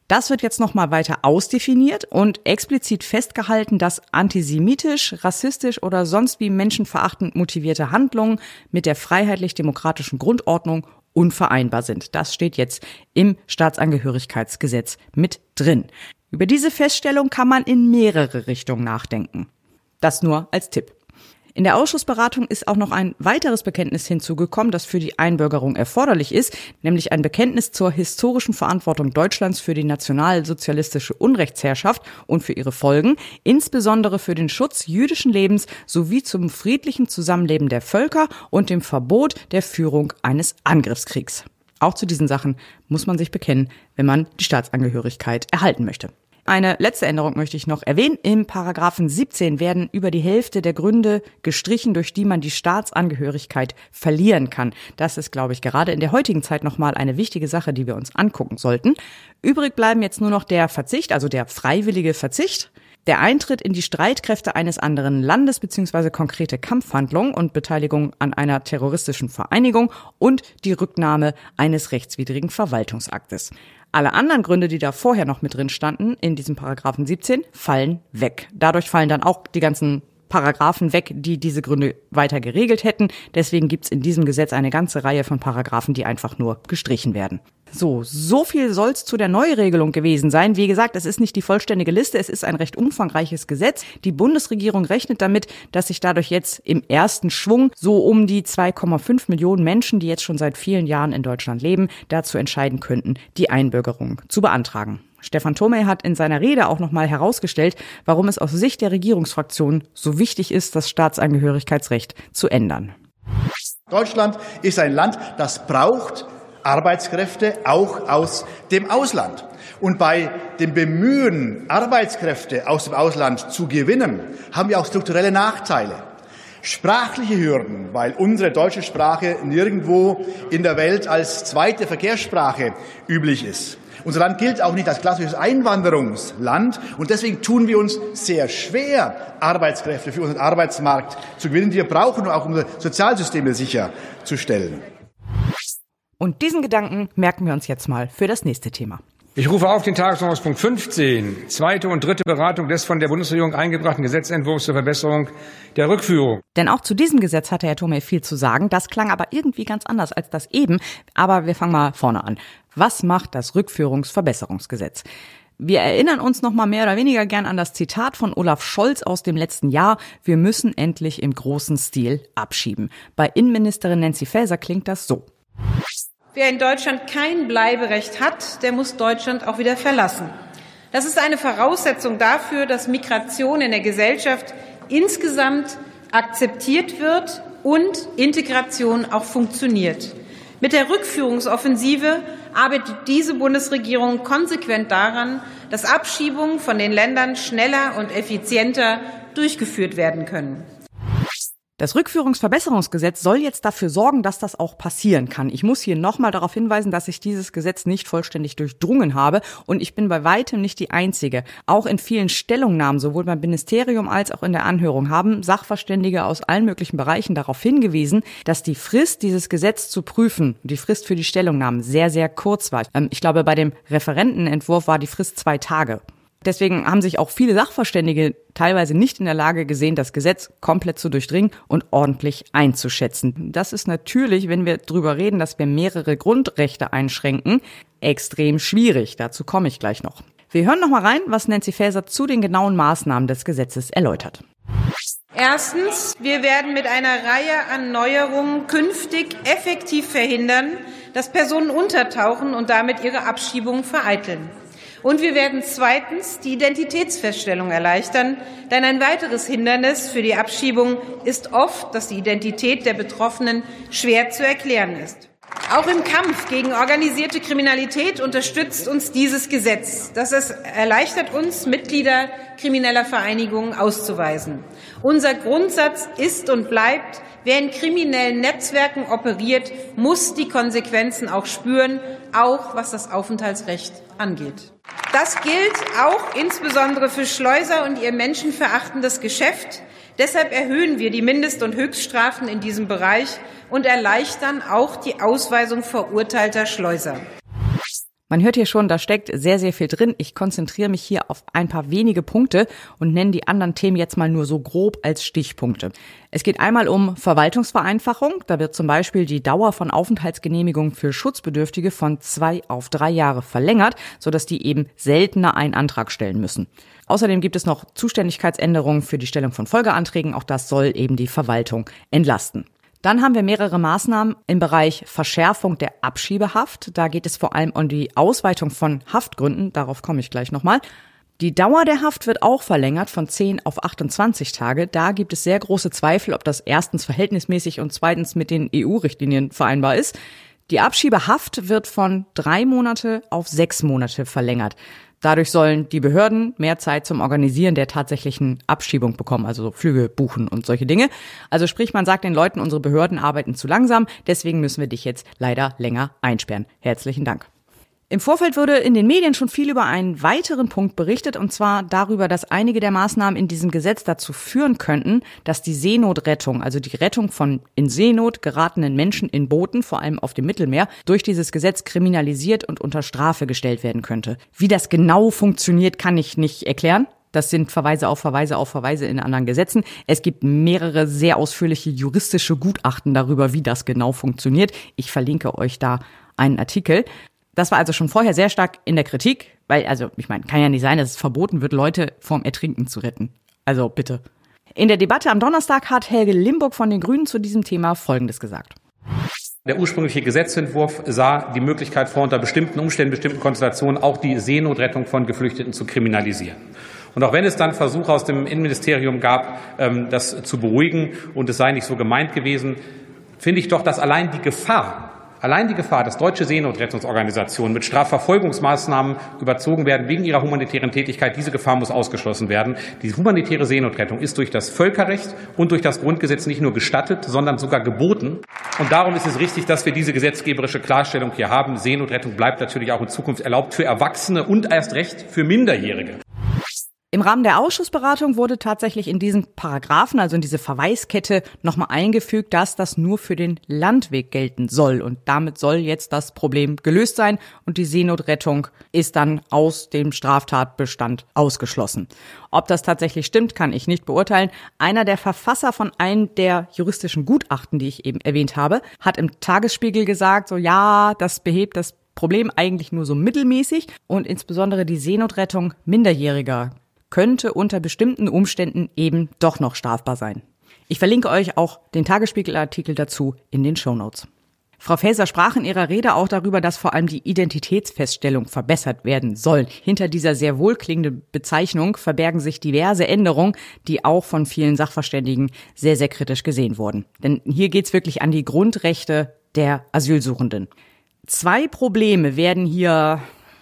Das wird jetzt nochmal weiter ausdefiniert und explizit festgehalten, dass antisemitisch, rassistisch oder sonst wie menschenverachtend motivierte Handlungen mit der freiheitlich-demokratischen Grundordnung unvereinbar sind. Das steht jetzt im Staatsangehörigkeitsgesetz mit drin. Über diese Feststellung kann man in mehrere Richtungen nachdenken. Das nur als Tipp. In der Ausschussberatung ist auch noch ein weiteres Bekenntnis hinzugekommen, das für die Einbürgerung erforderlich ist, nämlich ein Bekenntnis zur historischen Verantwortung Deutschlands für die nationalsozialistische Unrechtsherrschaft und für ihre Folgen, insbesondere für den Schutz jüdischen Lebens sowie zum friedlichen Zusammenleben der Völker und dem Verbot der Führung eines Angriffskriegs. Auch zu diesen Sachen muss man sich bekennen, wenn man die Staatsangehörigkeit erhalten möchte. Eine letzte Änderung möchte ich noch erwähnen. Im Paragraphen 17 werden über die Hälfte der Gründe gestrichen, durch die man die Staatsangehörigkeit verlieren kann. Das ist, glaube ich, gerade in der heutigen Zeit nochmal eine wichtige Sache, die wir uns angucken sollten. Übrig bleiben jetzt nur noch der Verzicht, also der freiwillige Verzicht, der Eintritt in die Streitkräfte eines anderen Landes bzw. konkrete Kampfhandlungen und Beteiligung an einer terroristischen Vereinigung und die Rücknahme eines rechtswidrigen Verwaltungsaktes. Alle anderen Gründe, die da vorher noch mit drin standen, in diesem Paragraphen 17, fallen weg. Dadurch fallen dann auch die ganzen Paragraphen weg, die diese Gründe weiter geregelt hätten. Deswegen gibt's in diesem Gesetz eine ganze Reihe von Paragraphen, die einfach nur gestrichen werden. So viel soll's zu der Neuregelung gewesen sein. Wie gesagt, es ist nicht die vollständige Liste, es ist ein recht umfangreiches Gesetz. Die Bundesregierung rechnet damit, dass sich dadurch jetzt im ersten Schwung so um die 2,5 Millionen Menschen, die jetzt schon seit vielen Jahren in Deutschland leben, dazu entscheiden könnten, die Einbürgerung zu beantragen. Stefan Thomay hat in seiner Rede auch nochmal herausgestellt, warum es aus Sicht der Regierungsfraktion so wichtig ist, das Staatsangehörigkeitsrecht zu ändern. Deutschland ist ein Land, das braucht Arbeitskräfte auch aus dem Ausland. Und bei dem Bemühen, Arbeitskräfte aus dem Ausland zu gewinnen, haben wir auch strukturelle Nachteile. Sprachliche Hürden, weil unsere deutsche Sprache nirgendwo in der Welt als zweite Verkehrssprache üblich ist. Unser Land gilt auch nicht als klassisches Einwanderungsland und deswegen tun wir uns sehr schwer, Arbeitskräfte für unseren Arbeitsmarkt zu gewinnen, die wir brauchen, auch unsere Sozialsysteme sicherzustellen. Und diesen Gedanken merken wir uns jetzt mal für das nächste Thema. Ich rufe auf den Tagesordnungspunkt 15, zweite und dritte Beratung des von der Bundesregierung eingebrachten Gesetzentwurfs zur Verbesserung der Rückführung. Denn auch zu diesem Gesetz hatte Herr Thomay viel zu sagen. Das klang aber irgendwie ganz anders als das eben. Aber wir fangen mal vorne an. Was macht das Rückführungsverbesserungsgesetz? Wir erinnern uns noch mal mehr oder weniger gern an das Zitat von Olaf Scholz aus dem letzten Jahr. Wir müssen endlich im großen Stil abschieben. Bei Innenministerin Nancy Faeser klingt das so. Wer in Deutschland kein Bleiberecht hat, der muss Deutschland auch wieder verlassen. Das ist eine Voraussetzung dafür, dass Migration in der Gesellschaft insgesamt akzeptiert wird und Integration auch funktioniert. Mit der Rückführungsoffensive arbeitet diese Bundesregierung konsequent daran, dass Abschiebungen von den Ländern schneller und effizienter durchgeführt werden können. Das Rückführungsverbesserungsgesetz soll jetzt dafür sorgen, dass das auch passieren kann. Ich muss hier nochmal darauf hinweisen, dass ich dieses Gesetz nicht vollständig durchdrungen habe und ich bin bei weitem nicht die Einzige. Auch in vielen Stellungnahmen, sowohl beim Ministerium als auch in der Anhörung, haben Sachverständige aus allen möglichen Bereichen darauf hingewiesen, dass die Frist, dieses Gesetz zu prüfen, die Frist für die Stellungnahmen sehr, sehr kurz war. Ich glaube, bei dem Referentenentwurf war die Frist 2 Tage. Deswegen haben sich auch viele Sachverständige teilweise nicht in der Lage gesehen, das Gesetz komplett zu durchdringen und ordentlich einzuschätzen. Das ist natürlich, wenn wir drüber reden, dass wir mehrere Grundrechte einschränken, extrem schwierig. Dazu komme ich gleich noch. Wir hören noch mal rein, was Nancy Faeser zu den genauen Maßnahmen des Gesetzes erläutert. Erstens, wir werden mit einer Reihe an Neuerungen künftig effektiv verhindern, dass Personen untertauchen und damit ihre Abschiebung vereiteln. Und wir werden zweitens die Identitätsfeststellung erleichtern, denn ein weiteres Hindernis für die Abschiebung ist oft, dass die Identität der Betroffenen schwer zu erklären ist. Auch im Kampf gegen organisierte Kriminalität unterstützt uns dieses Gesetz. Das erleichtert uns, Mitglieder krimineller Vereinigungen auszuweisen. Unser Grundsatz ist und bleibt, wer in kriminellen Netzwerken operiert, muss die Konsequenzen auch spüren, auch was das Aufenthaltsrecht angeht. Das gilt auch insbesondere für Schleuser und ihr menschenverachtendes Geschäft. Deshalb erhöhen wir die Mindest- und Höchststrafen in diesem Bereich und erleichtern auch die Ausweisung verurteilter Schleuser. Man hört hier schon, da steckt sehr, sehr viel drin. Ich konzentriere mich hier auf ein paar wenige Punkte und nenne die anderen Themen jetzt mal nur so grob als Stichpunkte. Es geht einmal um Verwaltungsvereinfachung. Da wird zum Beispiel die Dauer von Aufenthaltsgenehmigungen für Schutzbedürftige von 2 auf 3 Jahre verlängert, sodass die eben seltener einen Antrag stellen müssen. Außerdem gibt es noch Zuständigkeitsänderungen für die Stellung von Folgeanträgen. Auch das soll eben die Verwaltung entlasten. Dann haben wir mehrere Maßnahmen im Bereich Verschärfung der Abschiebehaft. Da geht es vor allem um die Ausweitung von Haftgründen. Darauf komme ich gleich nochmal. Die Dauer der Haft wird auch verlängert von 10 auf 28 Tage. Da gibt es sehr große Zweifel, ob das erstens verhältnismäßig und zweitens mit den EU-Richtlinien vereinbar ist. Die Abschiebehaft wird von 3 Monate auf 6 Monate verlängert. Dadurch sollen die Behörden mehr Zeit zum Organisieren der tatsächlichen Abschiebung bekommen, also so Flüge buchen und solche Dinge. Also sprich, man sagt den Leuten, unsere Behörden arbeiten zu langsam, deswegen müssen wir dich jetzt leider länger einsperren. Herzlichen Dank. Im Vorfeld wurde in den Medien schon viel über einen weiteren Punkt berichtet, und zwar darüber, dass einige der Maßnahmen in diesem Gesetz dazu führen könnten, dass die Seenotrettung, also die Rettung von in Seenot geratenen Menschen in Booten, vor allem auf dem Mittelmeer, durch dieses Gesetz kriminalisiert und unter Strafe gestellt werden könnte. Wie das genau funktioniert, kann ich nicht erklären. Das sind Verweise auf Verweise auf Verweise in anderen Gesetzen. Es gibt mehrere sehr ausführliche juristische Gutachten darüber, wie das genau funktioniert. Ich verlinke euch da einen Artikel. Das war also schon vorher sehr stark in der Kritik, weil, also ich meine, kann ja nicht sein, dass es verboten wird, Leute vorm Ertrinken zu retten. Also bitte. In der Debatte am Donnerstag hat Helge Limburg von den Grünen zu diesem Thema Folgendes gesagt. Der ursprüngliche Gesetzentwurf sah die Möglichkeit vor, unter bestimmten Umständen, bestimmten Konstellationen auch die Seenotrettung von Geflüchteten zu kriminalisieren. Und auch wenn es dann Versuche aus dem Innenministerium gab, das zu beruhigen und es sei nicht so gemeint gewesen, finde ich doch, dass allein die Gefahr, dass deutsche Seenotrettungsorganisationen mit Strafverfolgungsmaßnahmen überzogen werden wegen ihrer humanitären Tätigkeit, diese Gefahr muss ausgeschlossen werden. Die humanitäre Seenotrettung ist durch das Völkerrecht und durch das Grundgesetz nicht nur gestattet, sondern sogar geboten. Und darum ist es richtig, dass wir diese gesetzgeberische Klarstellung hier haben. Seenotrettung bleibt natürlich auch in Zukunft erlaubt für Erwachsene und erst recht für Minderjährige. Im Rahmen der Ausschussberatung wurde tatsächlich in diesen Paragraphen, also in diese Verweiskette, nochmal eingefügt, dass das nur für den Landweg gelten soll. Und damit soll jetzt das Problem gelöst sein und die Seenotrettung ist dann aus dem Straftatbestand ausgeschlossen. Ob das tatsächlich stimmt, kann ich nicht beurteilen. Einer der Verfasser von einem der juristischen Gutachten, die ich eben erwähnt habe, hat im Tagesspiegel gesagt, so ja, das behebt das Problem eigentlich nur so mittelmäßig und insbesondere die Seenotrettung Minderjähriger könnte unter bestimmten Umständen eben doch noch strafbar sein. Ich verlinke euch auch den Tagesspiegel-Artikel dazu in den Shownotes. Frau Faeser sprach in ihrer Rede auch darüber, dass vor allem die Identitätsfeststellung verbessert werden soll. Hinter dieser sehr wohlklingenden Bezeichnung verbergen sich diverse Änderungen, die auch von vielen Sachverständigen sehr, sehr kritisch gesehen wurden. Denn hier geht's wirklich an die Grundrechte der Asylsuchenden. 2 Probleme werden hier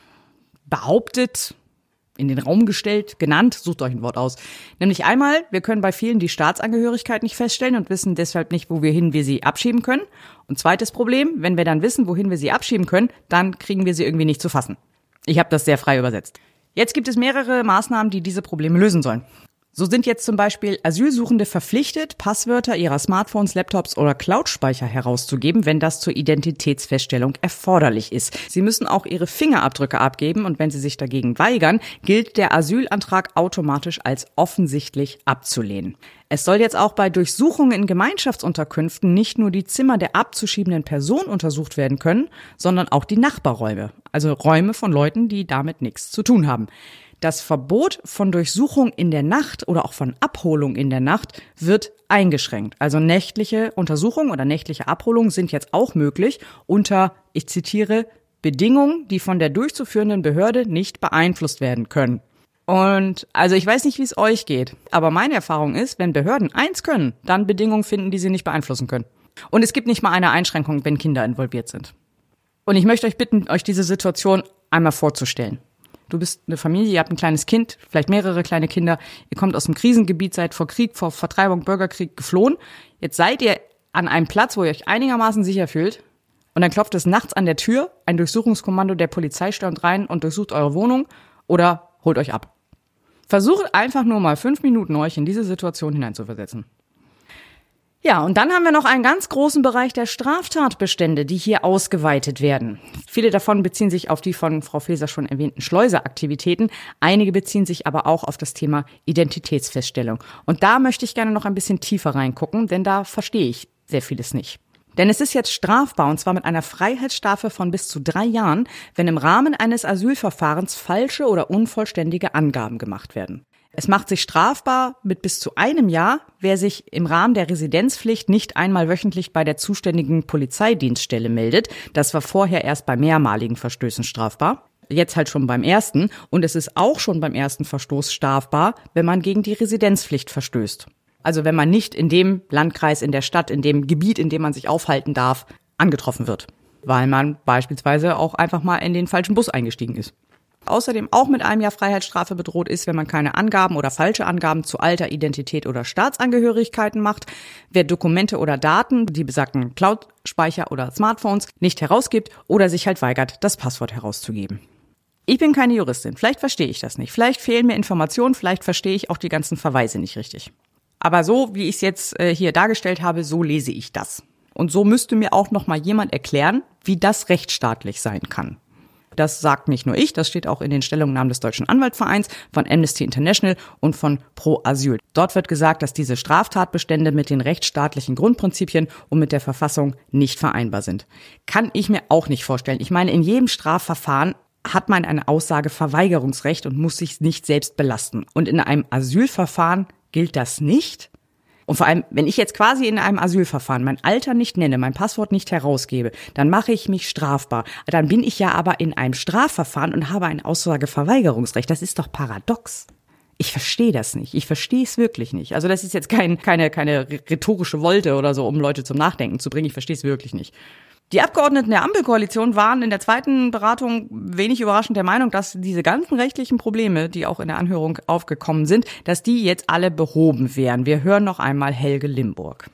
behauptet, in den Raum gestellt, genannt, sucht euch ein Wort aus. Nämlich einmal, wir können bei vielen die Staatsangehörigkeit nicht feststellen und wissen deshalb nicht, wohin wir sie abschieben können. Und zweites Problem, wenn wir dann wissen, wohin wir sie abschieben können, dann kriegen wir sie irgendwie nicht zu fassen. Ich habe das sehr frei übersetzt. Jetzt gibt es mehrere Maßnahmen, die diese Probleme lösen sollen. So sind jetzt zum Beispiel Asylsuchende verpflichtet, Passwörter ihrer Smartphones, Laptops oder Cloud-Speicher herauszugeben, wenn das zur Identitätsfeststellung erforderlich ist. Sie müssen auch ihre Fingerabdrücke abgeben und wenn sie sich dagegen weigern, gilt der Asylantrag automatisch als offensichtlich abzulehnen. Es soll jetzt auch bei Durchsuchungen in Gemeinschaftsunterkünften nicht nur die Zimmer der abzuschiebenden Person untersucht werden können, sondern auch die Nachbarräume, also Räume von Leuten, die damit nichts zu tun haben. Das Verbot von Durchsuchung in der Nacht oder auch von Abholung in der Nacht wird eingeschränkt. Also nächtliche Untersuchungen oder nächtliche Abholungen sind jetzt auch möglich unter, ich zitiere, Bedingungen, die von der durchzuführenden Behörde nicht beeinflusst werden können. Und also ich weiß nicht, wie es euch geht, aber meine Erfahrung ist, wenn Behörden eins können, dann Bedingungen finden, die sie nicht beeinflussen können. Und es gibt nicht mal eine Einschränkung, wenn Kinder involviert sind. Und ich möchte euch bitten, euch diese Situation einmal vorzustellen. Du bist eine Familie, ihr habt ein kleines Kind, vielleicht mehrere kleine Kinder. Ihr kommt aus einem Krisengebiet, seid vor Krieg, vor Vertreibung, Bürgerkrieg geflohen. Jetzt seid ihr an einem Platz, wo ihr euch einigermaßen sicher fühlt. Und dann klopft es nachts an der Tür. Ein Durchsuchungskommando der Polizei stürmt rein und durchsucht eure Wohnung oder holt euch ab. Versucht einfach nur mal 5 Minuten euch in diese Situation hineinzuversetzen. Ja, und dann haben wir noch einen ganz großen Bereich der Straftatbestände, die hier ausgeweitet werden. Viele davon beziehen sich auf die von Frau Faeser schon erwähnten Schleuseraktivitäten. Einige beziehen sich aber auch auf das Thema Identitätsfeststellung. Und da möchte ich gerne noch ein bisschen tiefer reingucken, denn da verstehe ich sehr vieles nicht. Denn es ist jetzt strafbar, und zwar mit einer Freiheitsstrafe von bis zu 3 Jahren, wenn im Rahmen eines Asylverfahrens falsche oder unvollständige Angaben gemacht werden. Es macht sich strafbar mit bis zu 1 Jahr, wer sich im Rahmen der Residenzpflicht nicht einmal wöchentlich bei der zuständigen Polizeidienststelle meldet. Das war vorher erst bei mehrmaligen Verstößen strafbar. Jetzt halt schon beim ersten. Und es ist auch schon beim ersten Verstoß strafbar, wenn man gegen die Residenzpflicht verstößt. Also wenn man nicht in dem Landkreis, in der Stadt, in dem Gebiet, in dem man sich aufhalten darf, angetroffen wird. Weil man beispielsweise auch einfach mal in den falschen Bus eingestiegen ist. Außerdem auch mit 1 Jahr Freiheitsstrafe bedroht ist, wenn man keine Angaben oder falsche Angaben zu Alter, Identität oder Staatsangehörigkeiten macht, wer Dokumente oder Daten, die besagten Cloud-Speicher oder Smartphones, nicht herausgibt oder sich halt weigert, das Passwort herauszugeben. Ich bin keine Juristin, vielleicht verstehe ich das nicht, vielleicht fehlen mir Informationen, vielleicht verstehe ich auch die ganzen Verweise nicht richtig. Aber so, wie ich es jetzt hier dargestellt habe, so lese ich das. Und so müsste mir auch noch mal jemand erklären, wie das rechtsstaatlich sein kann. Das sagt nicht nur ich, das steht auch in den Stellungnahmen des Deutschen Anwaltvereins, von Amnesty International und von Pro Asyl. Dort wird gesagt, dass diese Straftatbestände mit den rechtsstaatlichen Grundprinzipien und mit der Verfassung nicht vereinbar sind. Kann ich mir auch nicht vorstellen. Ich meine, in jedem Strafverfahren hat man ein Aussageverweigerungsrecht und muss sich nicht selbst belasten. Und in einem Asylverfahren gilt das nicht. Und vor allem, wenn ich jetzt quasi in einem Asylverfahren mein Alter nicht nenne, mein Passwort nicht herausgebe, dann mache ich mich strafbar. Dann bin ich ja aber in einem Strafverfahren und habe ein Aussageverweigerungsrecht. Das ist doch paradox. Ich verstehe das nicht. Ich verstehe es wirklich nicht. Also das ist jetzt keine rhetorische Wolte oder so, um Leute zum Nachdenken zu bringen. Ich verstehe es wirklich nicht. Die Abgeordneten der Ampelkoalition waren in der zweiten Beratung wenig überraschend der Meinung, dass diese ganzen rechtlichen Probleme, die auch in der Anhörung aufgekommen sind, dass die jetzt alle behoben wären. Wir hören noch einmal Helge Limburg.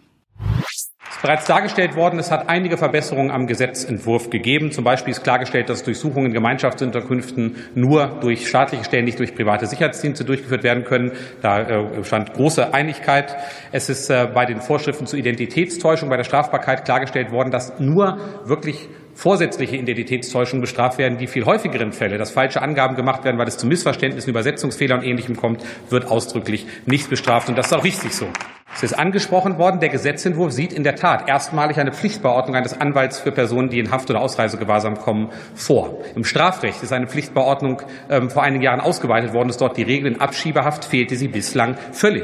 Es ist bereits dargestellt worden, es hat einige Verbesserungen am Gesetzentwurf gegeben. Zum Beispiel ist klargestellt, dass Durchsuchungen in Gemeinschaftsunterkünften nur durch staatliche Stellen, nicht durch private Sicherheitsdienste durchgeführt werden können. Da stand große Einigkeit. Es ist bei den Vorschriften zur Identitätstäuschung bei der Strafbarkeit klargestellt worden, dass nur wirklich vorsätzliche Identitätstäuschungen bestraft werden. Die viel häufigeren Fälle, dass falsche Angaben gemacht werden, weil es zu Missverständnissen, Übersetzungsfehlern und Ähnlichem kommt, wird ausdrücklich nicht bestraft. Und das ist auch richtig so. Es ist angesprochen worden, der Gesetzentwurf sieht in der Tat erstmalig eine Pflichtverordnung eines Anwalts für Personen, die in Haft- oder Ausreisegewahrsam kommen, vor. Im Strafrecht ist eine Pflichtverordnung vor einigen Jahren ausgeweitet worden, ist dort die Regel in Abschiebehaft fehlte sie bislang völlig.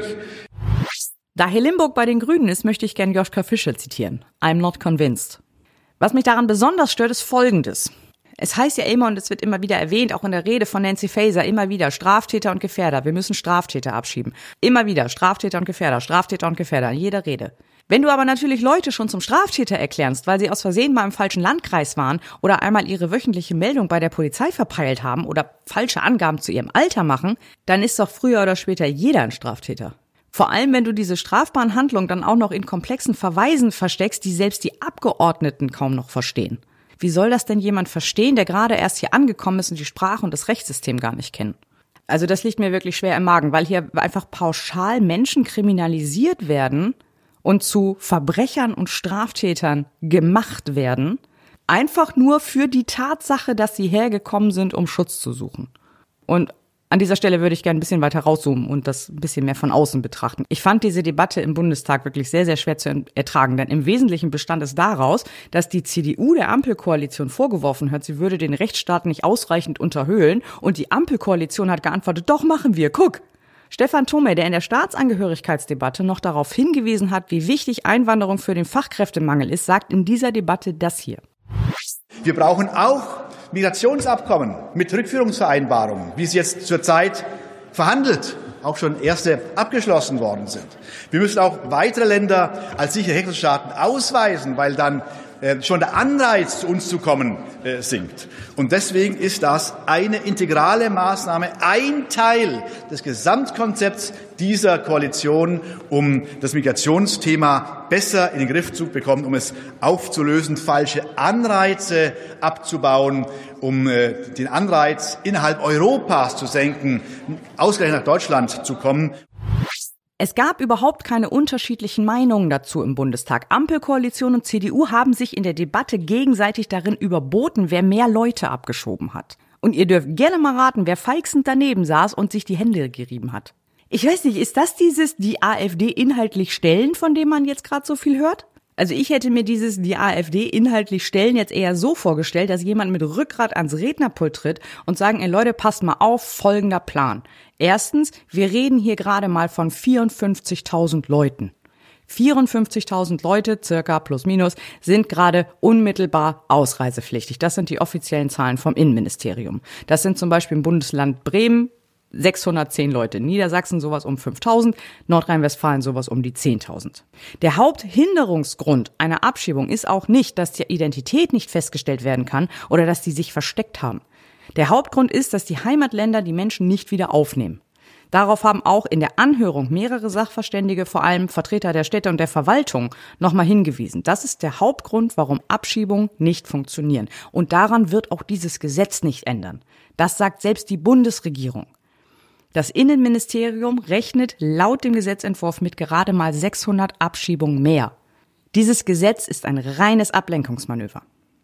Da Herr Limburg bei den Grünen ist, möchte ich gern Joschka Fischer zitieren. I'm not convinced. Was mich daran besonders stört, ist Folgendes. Es heißt ja immer, und es wird immer wieder erwähnt, auch in der Rede von Nancy Faeser, immer wieder Straftäter und Gefährder. Wir müssen Straftäter abschieben. Immer wieder Straftäter und Gefährder, in jeder Rede. Wenn du aber natürlich Leute schon zum Straftäter erklärst, weil sie aus Versehen mal im falschen Landkreis waren oder einmal ihre wöchentliche Meldung bei der Polizei verpeilt haben oder falsche Angaben zu ihrem Alter machen, dann ist doch früher oder später jeder ein Straftäter. Vor allem, wenn du diese strafbaren Handlungen dann auch noch in komplexen Verweisen versteckst, die selbst die Abgeordneten kaum noch verstehen. Wie soll das denn jemand verstehen, der gerade erst hier angekommen ist und die Sprache und das Rechtssystem gar nicht kennt? Also das liegt mir wirklich schwer im Magen, weil hier einfach pauschal Menschen kriminalisiert werden und zu Verbrechern und Straftätern gemacht werden, einfach nur für die Tatsache, dass sie hergekommen sind, um Schutz zu suchen. Und an dieser Stelle würde ich gerne ein bisschen weiter rauszoomen und das ein bisschen mehr von außen betrachten. Ich fand diese Debatte im Bundestag wirklich sehr, sehr schwer zu ertragen, denn im Wesentlichen bestand es daraus, dass die CDU der Ampelkoalition vorgeworfen hat, sie würde den Rechtsstaat nicht ausreichend unterhöhlen und die Ampelkoalition hat geantwortet, doch machen wir, guck. Stefan Thome, der in der Staatsangehörigkeitsdebatte noch darauf hingewiesen hat, wie wichtig Einwanderung für den Fachkräftemangel ist, sagt in dieser Debatte das hier. Wir brauchen auch Migrationsabkommen mit Rückführungsvereinbarungen, wie sie jetzt zurzeit verhandelt, auch schon erste abgeschlossen worden sind. Wir müssen auch weitere Länder als sichere Herkunftsstaaten ausweisen, weil dann schon der Anreiz, zu uns zu kommen, sinkt. Und deswegen ist das eine integrale Maßnahme, ein Teil des Gesamtkonzepts dieser Koalition, um das Migrationsthema besser in den Griff zu bekommen, um es aufzulösen, falsche Anreize abzubauen, um den Anreiz innerhalb Europas zu senken, ausgerechnet nach Deutschland zu kommen. Es gab überhaupt keine unterschiedlichen Meinungen dazu im Bundestag. Ampelkoalition und CDU haben sich in der Debatte gegenseitig darin überboten, wer mehr Leute abgeschoben hat. Und ihr dürft gerne mal raten, wer feixend daneben saß und sich die Hände gerieben hat. Ich weiß nicht, ist das die AfD inhaltlich stellen, von dem man jetzt gerade so viel hört? Also ich hätte mir die AfD inhaltlich stellen jetzt eher so vorgestellt, dass jemand mit Rückgrat ans Rednerpult tritt und sagen, ey Leute, passt mal auf, folgender Plan. Erstens, wir reden hier gerade mal von 54.000 Leuten. 54.000 Leute, circa plus minus, sind gerade unmittelbar ausreisepflichtig. Das sind die offiziellen Zahlen vom Innenministerium. Das sind zum Beispiel im Bundesland Bremen 610 Leute, Niedersachsen sowas um 5.000, Nordrhein-Westfalen sowas um die 10.000. Der Haupthinderungsgrund einer Abschiebung ist auch nicht, dass die Identität nicht festgestellt werden kann oder dass die sich versteckt haben. Der Hauptgrund ist, dass die Heimatländer die Menschen nicht wieder aufnehmen. Darauf haben auch in der Anhörung mehrere Sachverständige, vor allem Vertreter der Städte und der Verwaltung, nochmal hingewiesen. Das ist der Hauptgrund, warum Abschiebungen nicht funktionieren. Und daran wird auch dieses Gesetz nicht ändern. Das sagt selbst die Bundesregierung. Das Innenministerium rechnet laut dem Gesetzentwurf mit gerade mal 600 Abschiebungen mehr. Dieses Gesetz ist ein reines Ablenkungsmanöver.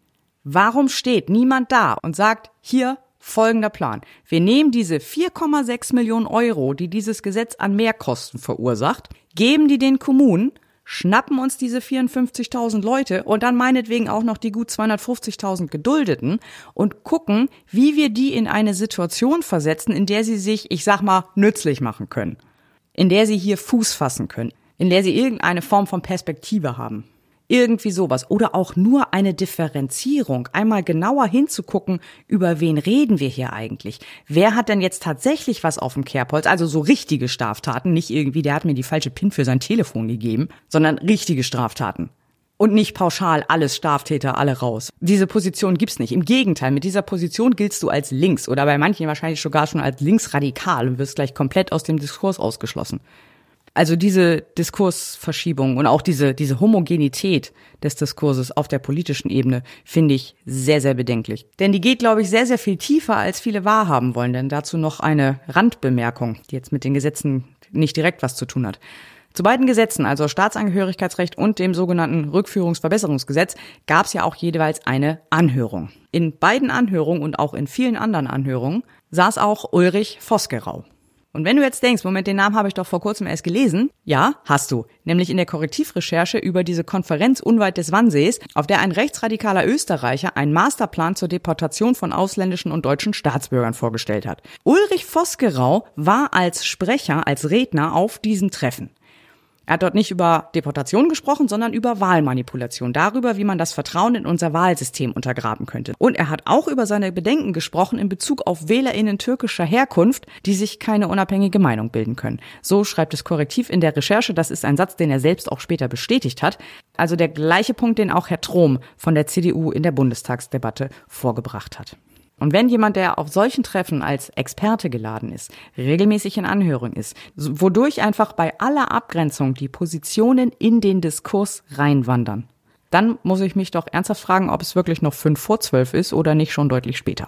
Warum steht niemand da und sagt, hier folgender Plan. Wir nehmen diese 4,6 Millionen Euro, die dieses Gesetz an Mehrkosten verursacht, geben die den Kommunen, schnappen uns diese 54.000 Leute und dann meinetwegen auch noch die gut 250.000 Geduldeten und gucken, wie wir die in eine Situation versetzen, in der sie sich, ich sag mal, nützlich machen können. In der sie hier Fuß fassen können. In der sie irgendeine Form von Perspektive haben. Irgendwie sowas. Oder auch nur eine Differenzierung. Einmal genauer hinzugucken, über wen reden wir hier eigentlich? Wer hat denn jetzt tatsächlich was auf dem Kerbholz? Also so richtige Straftaten. Nicht irgendwie, der hat mir die falsche PIN für sein Telefon gegeben, sondern richtige Straftaten. Und nicht pauschal alles Straftäter, alle raus. Diese Position gibt's nicht. Im Gegenteil, mit dieser Position giltst du als links oder bei manchen wahrscheinlich sogar schon als linksradikal und wirst gleich komplett aus dem Diskurs ausgeschlossen. Also diese Diskursverschiebung und auch diese Homogenität des Diskurses auf der politischen Ebene finde ich sehr, sehr bedenklich. Denn die geht, glaube ich, sehr, sehr viel tiefer, als viele wahrhaben wollen. Denn dazu noch eine Randbemerkung, die jetzt mit den Gesetzen nicht direkt was zu tun hat. Zu beiden Gesetzen, also Staatsangehörigkeitsrecht und dem sogenannten Rückführungsverbesserungsgesetz, gab es ja auch jeweils eine Anhörung. In beiden Anhörungen und auch in vielen anderen Anhörungen saß auch Ulrich Vosgerau. Und wenn du jetzt denkst, Moment, den Namen habe ich doch vor kurzem erst gelesen. Ja, hast du. Nämlich in der Korrektivrecherche über diese Konferenz unweit des Wannsees, auf der ein rechtsradikaler Österreicher einen Masterplan zur Deportation von ausländischen und deutschen Staatsbürgern vorgestellt hat. Ulrich Vosgerau war als Sprecher, als Redner auf diesem Treffen. Er hat dort nicht über Deportation gesprochen, sondern über Wahlmanipulation, darüber, wie man das Vertrauen in unser Wahlsystem untergraben könnte. Und er hat auch über seine Bedenken gesprochen in Bezug auf WählerInnen türkischer Herkunft, die sich keine unabhängige Meinung bilden können. So schreibt es Korrektiv in der Recherche. Das ist ein Satz, den er selbst auch später bestätigt hat. Also der gleiche Punkt, den auch Herr Trom von der CDU in der Bundestagsdebatte vorgebracht hat. Und wenn jemand, der auf solchen Treffen als Experte geladen ist, regelmäßig in Anhörung ist, wodurch einfach bei aller Abgrenzung die Positionen in den Diskurs reinwandern, dann muss ich mich doch ernsthaft fragen, ob es wirklich noch 11:55 ist oder nicht schon deutlich später.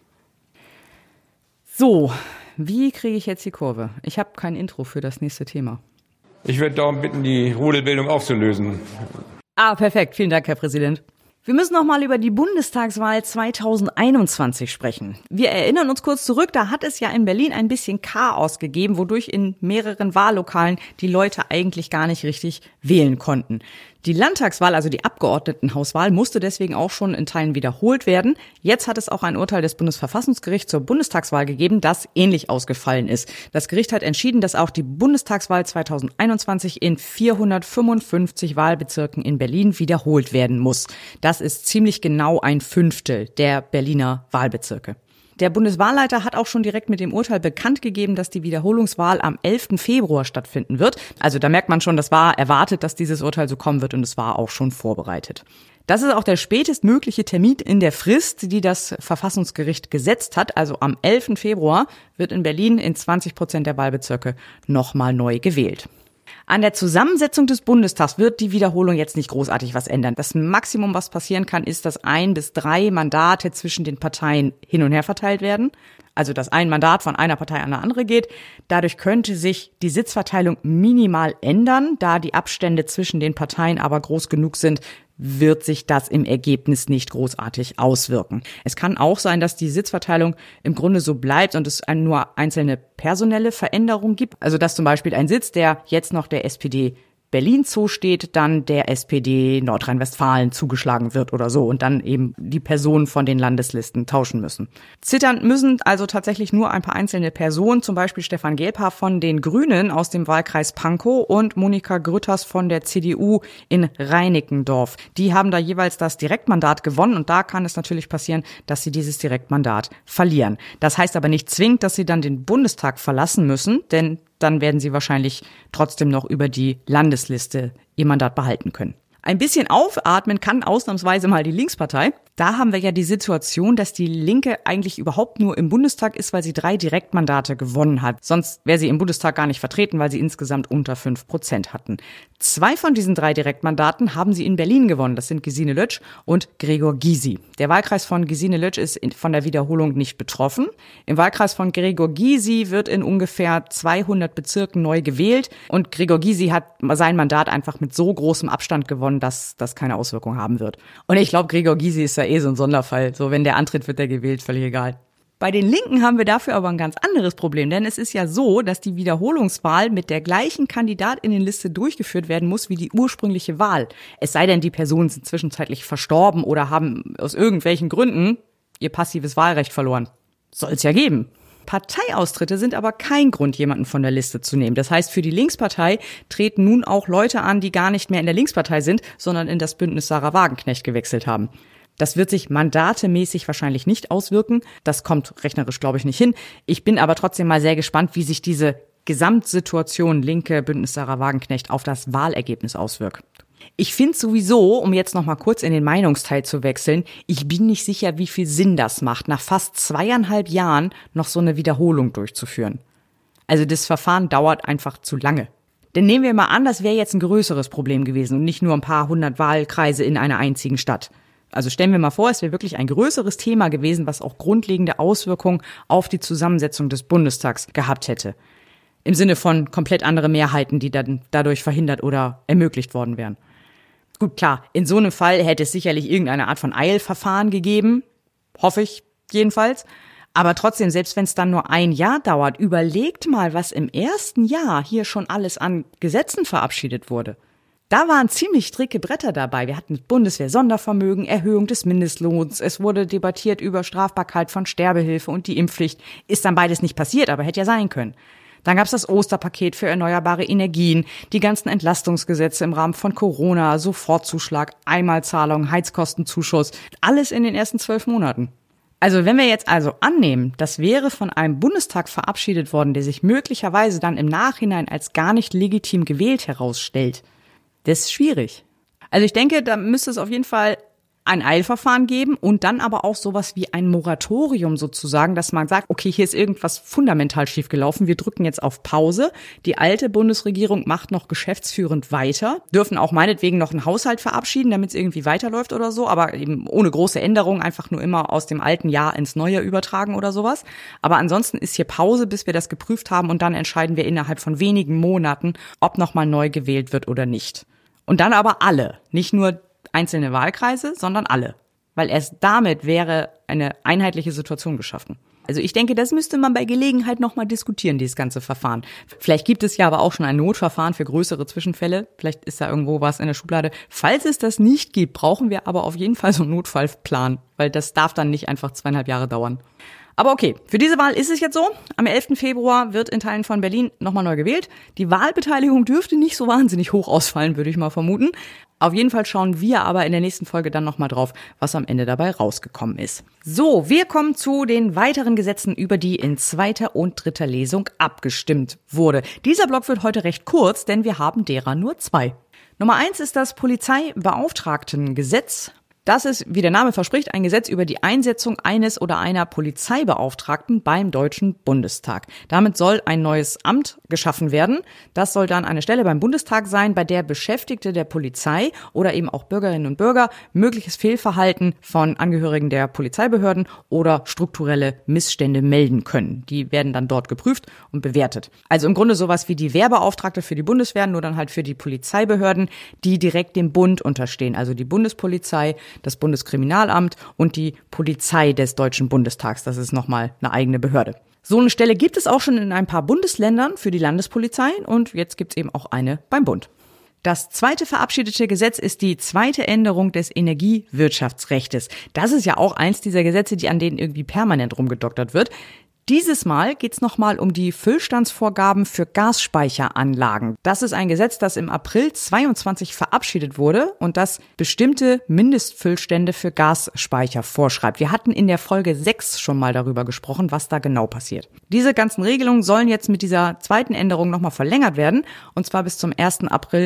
So, wie kriege ich jetzt die Kurve? Ich habe kein Intro für das nächste Thema. Ich würde darum bitten, die Rudelbildung aufzulösen. Perfekt. Vielen Dank, Herr Präsident. Wir müssen noch mal über die Bundestagswahl 2021 sprechen. Wir erinnern uns kurz zurück, da hat es ja in Berlin ein bisschen Chaos gegeben, wodurch in mehreren Wahllokalen die Leute eigentlich gar nicht richtig wählen konnten. Die Landtagswahl, also die Abgeordnetenhauswahl, musste deswegen auch schon in Teilen wiederholt werden. Jetzt hat es auch ein Urteil des Bundesverfassungsgerichts zur Bundestagswahl gegeben, das ähnlich ausgefallen ist. Das Gericht hat entschieden, dass auch die Bundestagswahl 2021 in 455 Wahlbezirken in Berlin wiederholt werden muss. Das ist ziemlich genau ein Fünftel der Berliner Wahlbezirke. Der Bundeswahlleiter hat auch schon direkt mit dem Urteil bekannt gegeben, dass die Wiederholungswahl am 11. Februar stattfinden wird. Also da merkt man schon, das war erwartet, dass dieses Urteil so kommen wird und es war auch schon vorbereitet. Das ist auch der spätestmögliche Termin in der Frist, die das Verfassungsgericht gesetzt hat. Also am 11. Februar wird in Berlin in 20% der Wahlbezirke nochmal neu gewählt. An der Zusammensetzung des Bundestags wird die Wiederholung jetzt nicht großartig was ändern. Das Maximum, was passieren kann, ist, dass 1 bis 3 Mandate zwischen den Parteien hin und her verteilt werden. also dass ein Mandat von einer Partei an eine andere geht. Dadurch könnte sich die Sitzverteilung minimal ändern. Da die Abstände zwischen den Parteien aber groß genug sind, wird sich das im Ergebnis nicht großartig auswirken. Es kann auch sein, dass die Sitzverteilung im Grunde so bleibt und es nur einzelne personelle Veränderungen gibt. Also dass zum Beispiel ein Sitz, der jetzt noch der SPD Berlin zusteht, dann der SPD Nordrhein-Westfalen zugeschlagen wird oder so und dann eben die Personen von den Landeslisten tauschen müssen. Zittern müssen also tatsächlich nur ein paar einzelne Personen, zum Beispiel Stefan Gelbhaar von den Grünen aus dem Wahlkreis Pankow und Monika Grütters von der CDU in Reinickendorf. Die haben da jeweils das Direktmandat gewonnen und da kann es natürlich passieren, dass sie dieses Direktmandat verlieren. Das heißt aber nicht zwingend, dass sie dann den Bundestag verlassen müssen, denn dann werden sie wahrscheinlich trotzdem noch über die Landesliste ihr Mandat behalten können. Ein bisschen aufatmen kann ausnahmsweise mal die Linkspartei. Da haben wir ja die Situation, dass die Linke eigentlich überhaupt nur im Bundestag ist, weil sie 3 Direktmandate gewonnen hat. Sonst wäre sie im Bundestag gar nicht vertreten, weil sie insgesamt unter 5% hatten. 2 von diesen 3 Direktmandaten haben sie in Berlin gewonnen. Das sind Gesine Lötsch und Gregor Gysi. Der Wahlkreis von Gesine Lötsch ist von der Wiederholung nicht betroffen. Im Wahlkreis von Gregor Gysi wird in ungefähr 200 Bezirken neu gewählt. Und Gregor Gysi hat sein Mandat einfach mit so großem Abstand gewonnen, dass das keine Auswirkung haben wird. Und ich glaube, Gregor Gysi ist ja so ein Sonderfall. So, wenn der antritt, wird der gewählt, völlig egal. Bei den Linken haben wir dafür aber ein ganz anderes Problem, denn es ist ja so, dass die Wiederholungswahl mit der gleichen Kandidatinnenliste durchgeführt werden muss wie die ursprüngliche Wahl. Es sei denn, die Personen sind zwischenzeitlich verstorben oder haben aus irgendwelchen Gründen ihr passives Wahlrecht verloren. Soll es ja geben. Parteiaustritte sind aber kein Grund, jemanden von der Liste zu nehmen. Das heißt, für die Linkspartei treten nun auch Leute an, die gar nicht mehr in der Linkspartei sind, sondern in das Bündnis Sarah Wagenknecht gewechselt haben. Das wird sich mandatemäßig wahrscheinlich nicht auswirken. Das kommt rechnerisch, glaube ich, nicht hin. Ich bin aber trotzdem mal sehr gespannt, wie sich diese Gesamtsituation Linke, Bündnis Sarah Wagenknecht auf das Wahlergebnis auswirkt. Ich finde sowieso, um jetzt noch mal kurz in den Meinungsteil zu wechseln, ich bin nicht sicher, wie viel Sinn das macht, nach fast 2,5 Jahren noch so eine Wiederholung durchzuführen. Also das Verfahren dauert einfach zu lange. Denn nehmen wir mal an, das wäre jetzt ein größeres Problem gewesen und nicht nur ein paar 100 Wahlkreise in einer einzigen Stadt. Also stellen wir mal vor, es wäre wirklich ein größeres Thema gewesen, was auch grundlegende Auswirkungen auf die Zusammensetzung des Bundestags gehabt hätte. Im Sinne von komplett andere Mehrheiten, die dann dadurch verhindert oder ermöglicht worden wären. Gut, klar, in so einem Fall hätte es sicherlich irgendeine Art von Eilverfahren gegeben. Hoffe ich jedenfalls. Aber trotzdem, selbst wenn es dann nur ein Jahr dauert, überlegt mal, was im ersten Jahr hier schon alles an Gesetzen verabschiedet wurde. Da waren ziemlich dicke Bretter dabei. Wir hatten Bundeswehr-Sondervermögen, Erhöhung des Mindestlohns. Es wurde debattiert über Strafbarkeit von Sterbehilfe und die Impfpflicht. Ist dann beides nicht passiert, aber hätte ja sein können. Dann gab's das Osterpaket für erneuerbare Energien, die ganzen Entlastungsgesetze im Rahmen von Corona, Sofortzuschlag, Einmalzahlung, Heizkostenzuschuss. Alles in den ersten 12 Monaten. Also wenn wir jetzt also annehmen, das wäre von einem Bundestag verabschiedet worden, der sich möglicherweise dann im Nachhinein als gar nicht legitim gewählt herausstellt, das ist schwierig. Also ich denke, da müsste es auf jeden Fall ein Eilverfahren geben und dann aber auch sowas wie ein Moratorium sozusagen, dass man sagt, okay, hier ist irgendwas fundamental schiefgelaufen, wir drücken jetzt auf Pause. Die alte Bundesregierung macht noch geschäftsführend weiter, dürfen auch meinetwegen noch einen Haushalt verabschieden, damit es irgendwie weiterläuft oder so, aber eben ohne große Änderungen, einfach nur immer aus dem alten Jahr ins neue übertragen oder sowas. Aber ansonsten ist hier Pause, bis wir das geprüft haben und dann entscheiden wir innerhalb von wenigen Monaten, ob nochmal neu gewählt wird oder nicht. Und dann aber alle, nicht nur einzelne Wahlkreise, sondern alle. Weil erst damit wäre eine einheitliche Situation geschaffen. Also ich denke, das müsste man bei Gelegenheit nochmal diskutieren, dieses ganze Verfahren. Vielleicht gibt es ja aber auch schon ein Notverfahren für größere Zwischenfälle. Vielleicht ist da irgendwo was in der Schublade. Falls es das nicht gibt, brauchen wir aber auf jeden Fall so einen Notfallplan. Weil das darf dann nicht einfach 2,5 Jahre dauern. Aber okay, für diese Wahl ist es jetzt so. Am 11. Februar wird in Teilen von Berlin nochmal neu gewählt. Die Wahlbeteiligung dürfte nicht so wahnsinnig hoch ausfallen, würde ich mal vermuten. Auf jeden Fall schauen wir aber in der nächsten Folge dann nochmal drauf, was am Ende dabei rausgekommen ist. So, wir kommen zu den weiteren Gesetzen, über die in 2. und 3. Lesung abgestimmt wurde. Dieser Block wird heute recht kurz, denn wir haben derer nur 2. Nummer 1 ist das Polizeibeauftragtengesetz. Das ist, wie der Name verspricht, ein Gesetz über die Einsetzung eines oder einer Polizeibeauftragten beim Deutschen Bundestag. Damit soll ein neues Amt geschaffen werden. Das soll dann eine Stelle beim Bundestag sein, bei der Beschäftigte der Polizei oder eben auch Bürgerinnen und Bürger mögliches Fehlverhalten von Angehörigen der Polizeibehörden oder strukturelle Missstände melden können. Die werden dann dort geprüft und bewertet. Also im Grunde sowas wie die Wehrbeauftragte für die Bundeswehr, nur dann halt für die Polizeibehörden, die direkt dem Bund unterstehen. Also die Bundespolizei, das Bundeskriminalamt und die Polizei des Deutschen Bundestags. Das ist nochmal eine eigene Behörde. So eine Stelle gibt es auch schon in ein paar Bundesländern für die Landespolizei und jetzt gibt es eben auch eine beim Bund. Das zweite verabschiedete Gesetz ist die zweite Änderung des Energiewirtschaftsrechts. Das ist ja auch eins dieser Gesetze, an denen irgendwie permanent rumgedoktert wird. Dieses Mal geht's nochmal um die Füllstandsvorgaben für Gasspeicheranlagen. Das ist ein Gesetz, das im April 22 verabschiedet wurde und das bestimmte Mindestfüllstände für Gasspeicher vorschreibt. Wir hatten in der Folge 6 schon mal darüber gesprochen, was da genau passiert. Diese ganzen Regelungen sollen jetzt mit dieser zweiten Änderung nochmal verlängert werden, und zwar bis zum 1. April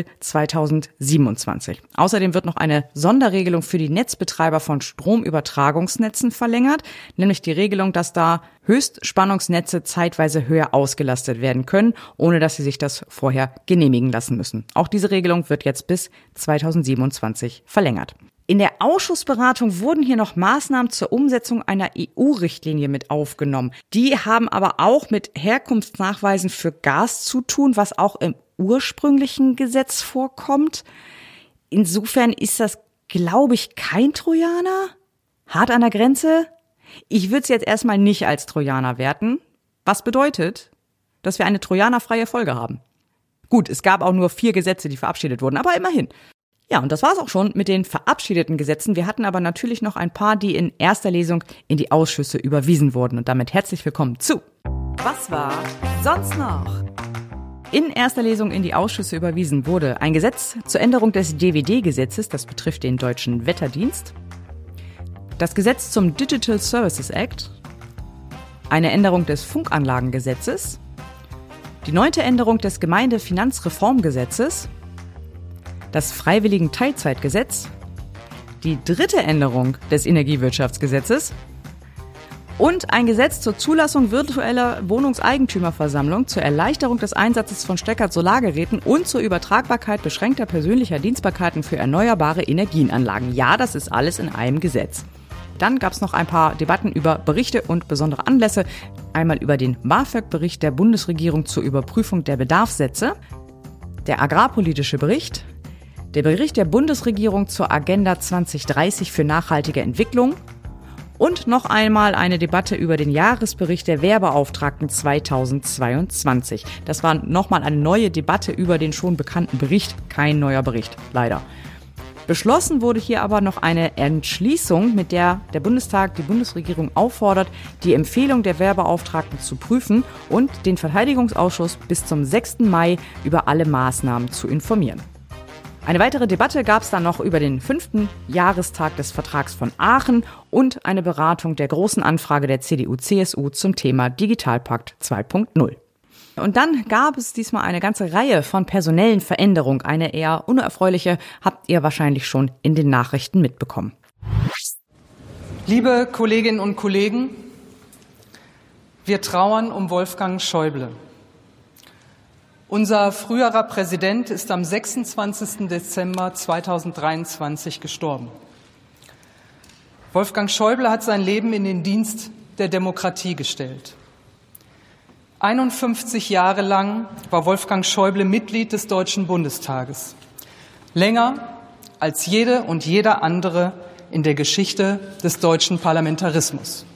2027. Außerdem wird noch eine Sonderregelung für die Netzbetreiber von Stromübertragungsnetzen verlängert, nämlich die Regelung, dass da Höchstspannungsnetze zeitweise höher ausgelastet werden können, ohne dass sie sich das vorher genehmigen lassen müssen. Auch diese Regelung wird jetzt bis 2027 verlängert. In der Ausschussberatung wurden hier noch Maßnahmen zur Umsetzung einer EU-Richtlinie mit aufgenommen. Die haben aber auch mit Herkunftsnachweisen für Gas zu tun, was auch im ursprünglichen Gesetz vorkommt. Insofern ist das, glaube ich, kein Trojaner. Hart an der Grenze. Ich würde es jetzt erstmal nicht als Trojaner werten, was bedeutet, dass wir eine trojanerfreie Folge haben. Gut, es gab auch nur 4 Gesetze, die verabschiedet wurden, aber immerhin. Ja, und das war's auch schon mit den verabschiedeten Gesetzen. Wir hatten aber natürlich noch ein paar, die in erster Lesung in die Ausschüsse überwiesen wurden. Und damit herzlich willkommen zu Was war sonst noch? In erster Lesung in die Ausschüsse überwiesen wurde ein Gesetz zur Änderung des DWD-Gesetzes, das betrifft den Deutschen Wetterdienst. Das Gesetz zum Digital Services Act, eine Änderung des Funkanlagengesetzes, die 9. Änderung des Gemeindefinanzreformgesetzes, das Freiwilligen Teilzeitgesetz, die 3. Änderung des Energiewirtschaftsgesetzes und ein Gesetz zur Zulassung virtueller Wohnungseigentümerversammlung, zur Erleichterung des Einsatzes von Stecker-Solargeräten und zur Übertragbarkeit beschränkter persönlicher Dienstbarkeiten für erneuerbare Energienanlagen. Ja, das ist alles in einem Gesetz. Dann gab es noch ein paar Debatten über Berichte und besondere Anlässe. Einmal über den BAföG-Bericht der Bundesregierung zur Überprüfung der Bedarfssätze, der agrarpolitische Bericht, der Bericht der Bundesregierung zur Agenda 2030 für nachhaltige Entwicklung und noch einmal eine Debatte über den Jahresbericht der Wehrbeauftragten 2022. Das war nochmal eine neue Debatte über den schon bekannten Bericht, kein neuer Bericht, leider. Beschlossen wurde hier aber noch eine Entschließung, mit der der Bundestag die Bundesregierung auffordert, die Empfehlung der Wehrbeauftragten zu prüfen und den Verteidigungsausschuss bis zum 6. Mai über alle Maßnahmen zu informieren. Eine weitere Debatte gab es dann noch über den 5. Jahrestag des Vertrags von Aachen und eine Beratung der großen Anfrage der CDU-CSU zum Thema Digitalpakt 2.0. Und dann gab es diesmal eine ganze Reihe von personellen Veränderungen. Eine eher unerfreuliche habt ihr wahrscheinlich schon in den Nachrichten mitbekommen. Liebe Kolleginnen und Kollegen, wir trauern um Wolfgang Schäuble. Unser früherer Präsident ist am 26. Dezember 2023 gestorben. Wolfgang Schäuble hat sein Leben in den Dienst der Demokratie gestellt. 51 Jahre lang war Wolfgang Schäuble Mitglied des Deutschen Bundestages. Länger als jede und jeder andere in der Geschichte des deutschen Parlamentarismus.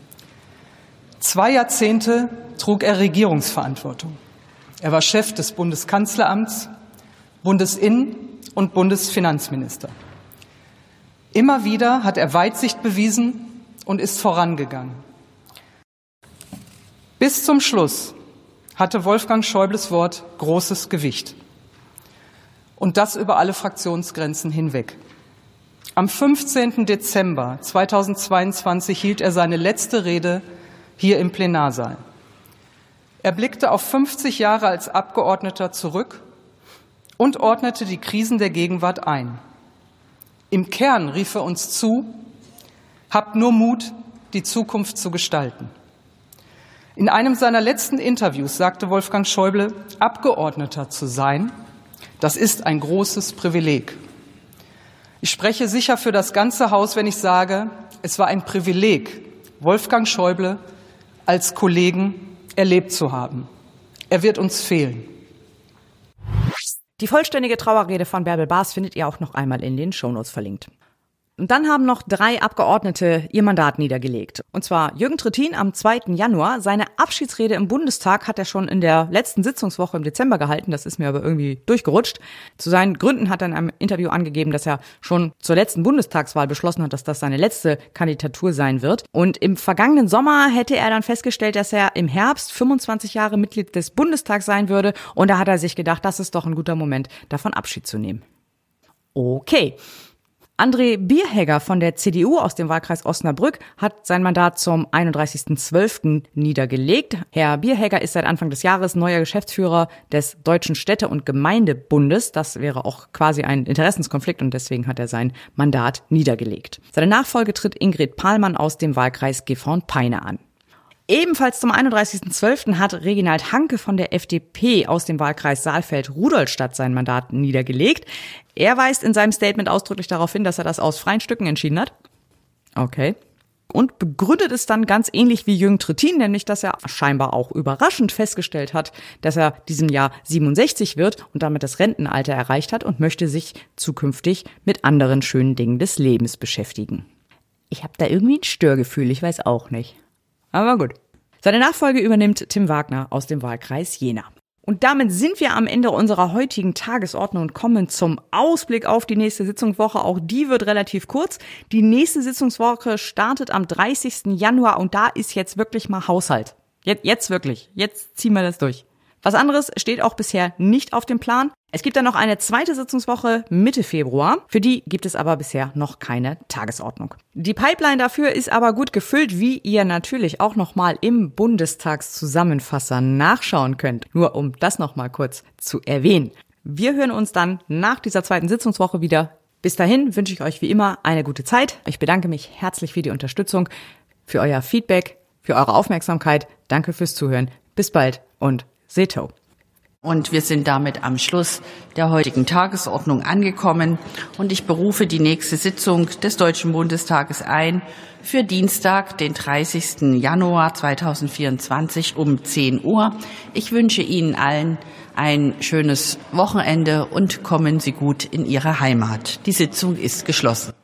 2 Jahrzehnte trug er Regierungsverantwortung. Er war Chef des Bundeskanzleramts, Bundesinnen- und Bundesfinanzminister. Immer wieder hat er Weitsicht bewiesen und ist vorangegangen. Bis zum Schluss hatte Wolfgang Schäubles Wort großes Gewicht. Und das über alle Fraktionsgrenzen hinweg. Am 15. Dezember 2022 hielt er seine letzte Rede hier im Plenarsaal. Er blickte auf 50 Jahre als Abgeordneter zurück und ordnete die Krisen der Gegenwart ein. Im Kern rief er uns zu: Habt nur Mut, die Zukunft zu gestalten. In einem seiner letzten Interviews sagte Wolfgang Schäuble, Abgeordneter zu sein, das ist ein großes Privileg. Ich spreche sicher für das ganze Haus, wenn ich sage, es war ein Privileg, Wolfgang Schäuble als Kollegen erlebt zu haben. Er wird uns fehlen. Die vollständige Trauerrede von Bärbel Baas findet ihr auch noch einmal in den Shownotes verlinkt. Und dann haben noch 3 Abgeordnete ihr Mandat niedergelegt. Und zwar Jürgen Trittin am 2. Januar. Seine Abschiedsrede im Bundestag hat er schon in der letzten Sitzungswoche im Dezember gehalten. Das ist mir aber irgendwie durchgerutscht. Zu seinen Gründen hat er in einem Interview angegeben, dass er schon zur letzten Bundestagswahl beschlossen hat, dass das seine letzte Kandidatur sein wird. Und im vergangenen Sommer hätte er dann festgestellt, dass er im Herbst 25 Jahre Mitglied des Bundestags sein würde. Und da hat er sich gedacht, das ist doch ein guter Moment, davon Abschied zu nehmen. Okay. André Bierhegger von der CDU aus dem Wahlkreis Osnabrück hat sein Mandat zum 31.12. niedergelegt. Herr Bierhegger ist seit Anfang des Jahres neuer Geschäftsführer des Deutschen Städte- und Gemeindebundes. Das wäre auch quasi ein Interessenskonflikt und deswegen hat er sein Mandat niedergelegt. Seine Nachfolge tritt Ingrid Pahlmann aus dem Wahlkreis Gifhorn-Peine an. Ebenfalls zum 31.12. hat Reginald Hanke von der FDP aus dem Wahlkreis Saalfeld-Rudolstadt sein Mandat niedergelegt. Er weist in seinem Statement ausdrücklich darauf hin, dass er das aus freien Stücken entschieden hat. Okay. Und begründet es dann ganz ähnlich wie Jürgen Trittin, nämlich dass er scheinbar auch überraschend festgestellt hat, dass er diesem Jahr 67 wird und damit das Rentenalter erreicht hat und möchte sich zukünftig mit anderen schönen Dingen des Lebens beschäftigen. Ich habe da irgendwie ein Störgefühl, ich weiß auch nicht. Aber gut. Seine Nachfolge übernimmt Tim Wagner aus dem Wahlkreis Jena. Und damit sind wir am Ende unserer heutigen Tagesordnung und kommen zum Ausblick auf die nächste Sitzungswoche. Auch die wird relativ kurz. Die nächste Sitzungswoche startet am 30. Januar und da ist jetzt wirklich mal Haushalt. Jetzt wirklich. Jetzt ziehen wir das durch. Was anderes steht auch bisher nicht auf dem Plan. Es gibt dann noch eine zweite Sitzungswoche Mitte Februar. Für die gibt es aber bisher noch keine Tagesordnung. Die Pipeline dafür ist aber gut gefüllt, wie ihr natürlich auch nochmal im Bundestagszusammenfasser nachschauen könnt. Nur um das nochmal kurz zu erwähnen. Wir hören uns dann nach dieser zweiten Sitzungswoche wieder. Bis dahin wünsche ich euch wie immer eine gute Zeit. Ich bedanke mich herzlich für die Unterstützung, für euer Feedback, für eure Aufmerksamkeit. Danke fürs Zuhören. Bis bald und Seto. Und wir sind damit am Schluss der heutigen Tagesordnung angekommen. Und ich berufe die nächste Sitzung des Deutschen Bundestages ein für Dienstag, den 30. Januar 2024 um 10 Uhr. Ich wünsche Ihnen allen ein schönes Wochenende und kommen Sie gut in Ihre Heimat. Die Sitzung ist geschlossen.